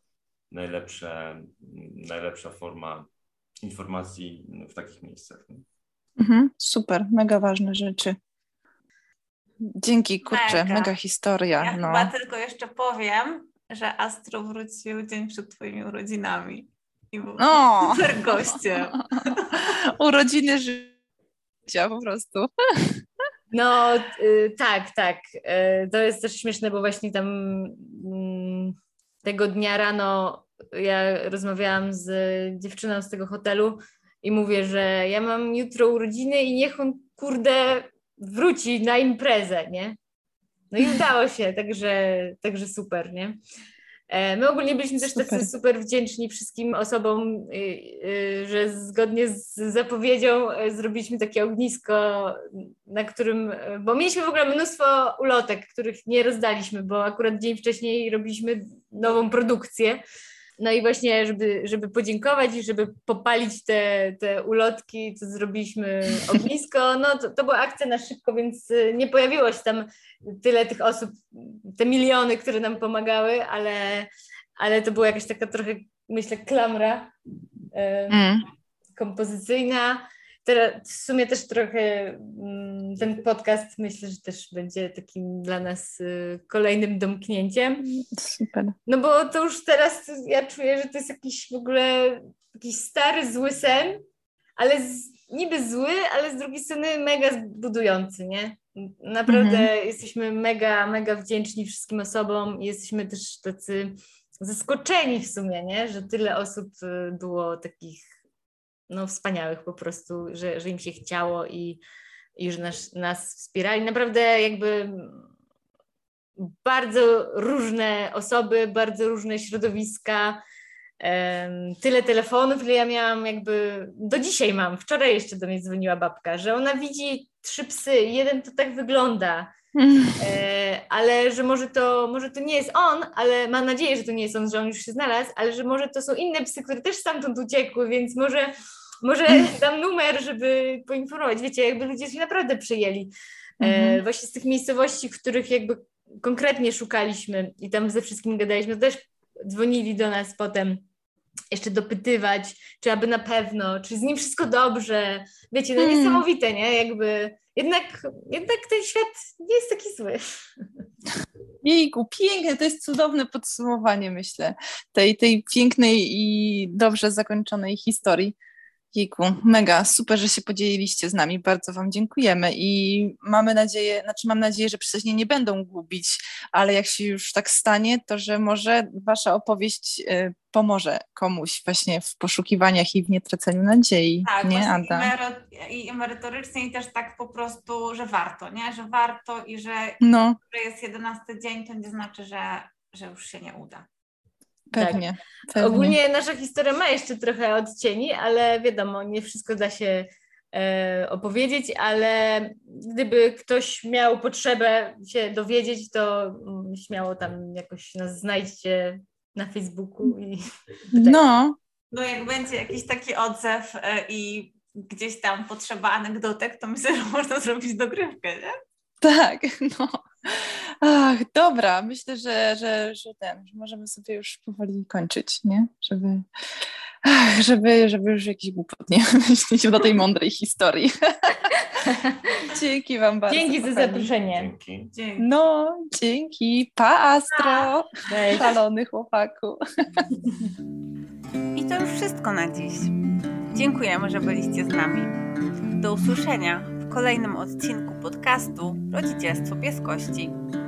najlepsza forma informacji w takich miejscach. Super, mega ważne rzeczy. Dzięki, kurczę, mega historia. Ja chyba tylko jeszcze powiem, że Astro wrócił dzień przed twoimi urodzinami i był super gościem. Urodziny życia po prostu. No tak. To jest też śmieszne, bo właśnie tam tego dnia rano ja rozmawiałam z dziewczyną z tego hotelu i mówię, że ja mam jutro urodziny i niech on, kurde, wróci na imprezę, nie? No i udało się, także super, nie? My ogólnie byliśmy też tacy super wdzięczni wszystkim osobom, że zgodnie z zapowiedzią zrobiliśmy takie ognisko, na którym, bo mieliśmy w ogóle mnóstwo ulotek, których nie rozdaliśmy, bo akurat dzień wcześniej robiliśmy nową produkcję. No i właśnie, żeby podziękować i żeby popalić te ulotki, to zrobiliśmy ognisko. No to była akcja na szybko, więc nie pojawiło się tam tyle tych osób, te miliony, które nam pomagały, ale to była jakaś taka trochę, myślę, klamra kompozycyjna. Teraz w sumie też trochę ten podcast myślę, że też będzie takim dla nas kolejnym domknięciem. Super. No bo to już teraz ja czuję, że to jest jakiś w ogóle jakiś stary, zły sen, ale niby zły, ale z drugiej strony mega budujący, nie? Naprawdę jesteśmy mega, mega wdzięczni wszystkim osobom i jesteśmy też tacy zaskoczeni w sumie, nie? Że tyle osób było takich wspaniałych po prostu, że im się chciało i że nas wspierali. Naprawdę jakby bardzo różne osoby, bardzo różne środowiska, tyle telefonów, ile ja miałam jakby, do dzisiaj mam, wczoraj jeszcze do mnie dzwoniła babka, że ona widzi 3 psy, jeden to tak wygląda, ale że może to nie jest on, ale mam nadzieję, że to nie jest on, że on już się znalazł, ale że może to są inne psy, które też stamtąd uciekły, więc może dam numer, żeby poinformować. Wiecie, jakby ludzie się naprawdę przyjęli. Właśnie z tych miejscowości, w których jakby konkretnie szukaliśmy i tam ze wszystkim gadaliśmy, to też dzwonili do nas potem jeszcze dopytywać, czy aby na pewno, czy z nim wszystko dobrze. Wiecie, no niesamowite, nie? Jakby jednak ten świat nie jest taki zły. Jejku, piękne, to jest cudowne podsumowanie, myślę, tej pięknej i dobrze zakończonej historii. Jejku, mega, super, że się podzieliliście z nami, bardzo Wam dziękujemy i mam nadzieję, że przyjaźnie nie będą gubić, ale jak się już tak stanie, to że może Wasza opowieść pomoże komuś właśnie w poszukiwaniach i w nietraceniu nadziei, Tak, nie, Ada? I merytorycznie i też tak po prostu, że warto, nie? Że warto i że jest 11 dzień, to nie znaczy, że już się nie uda. Pewnie. Ogólnie nasza historia ma jeszcze trochę odcieni, ale wiadomo, nie wszystko da się opowiedzieć, ale gdyby ktoś miał potrzebę się dowiedzieć, to śmiało tam jakoś nas znajdźcie na Facebooku. No, jak będzie jakiś taki odzew i gdzieś tam potrzeba anegdotek, to myślę, że można zrobić dogrywkę, nie? Tak, no. Ach, dobra, myślę, że możemy sobie już powoli kończyć, nie? Żeby już jakiś głupot nie myśleć do tej mądrej historii. Dzięki Wam bardzo. Dzięki za zaproszenie. Dzięki. No, dzięki. Pa, Astro. Szalony chłopaku. I to już wszystko na dziś. Dziękujemy, że byliście z nami. Do usłyszenia w kolejnym odcinku podcastu Rodzicielstwo Pieskości.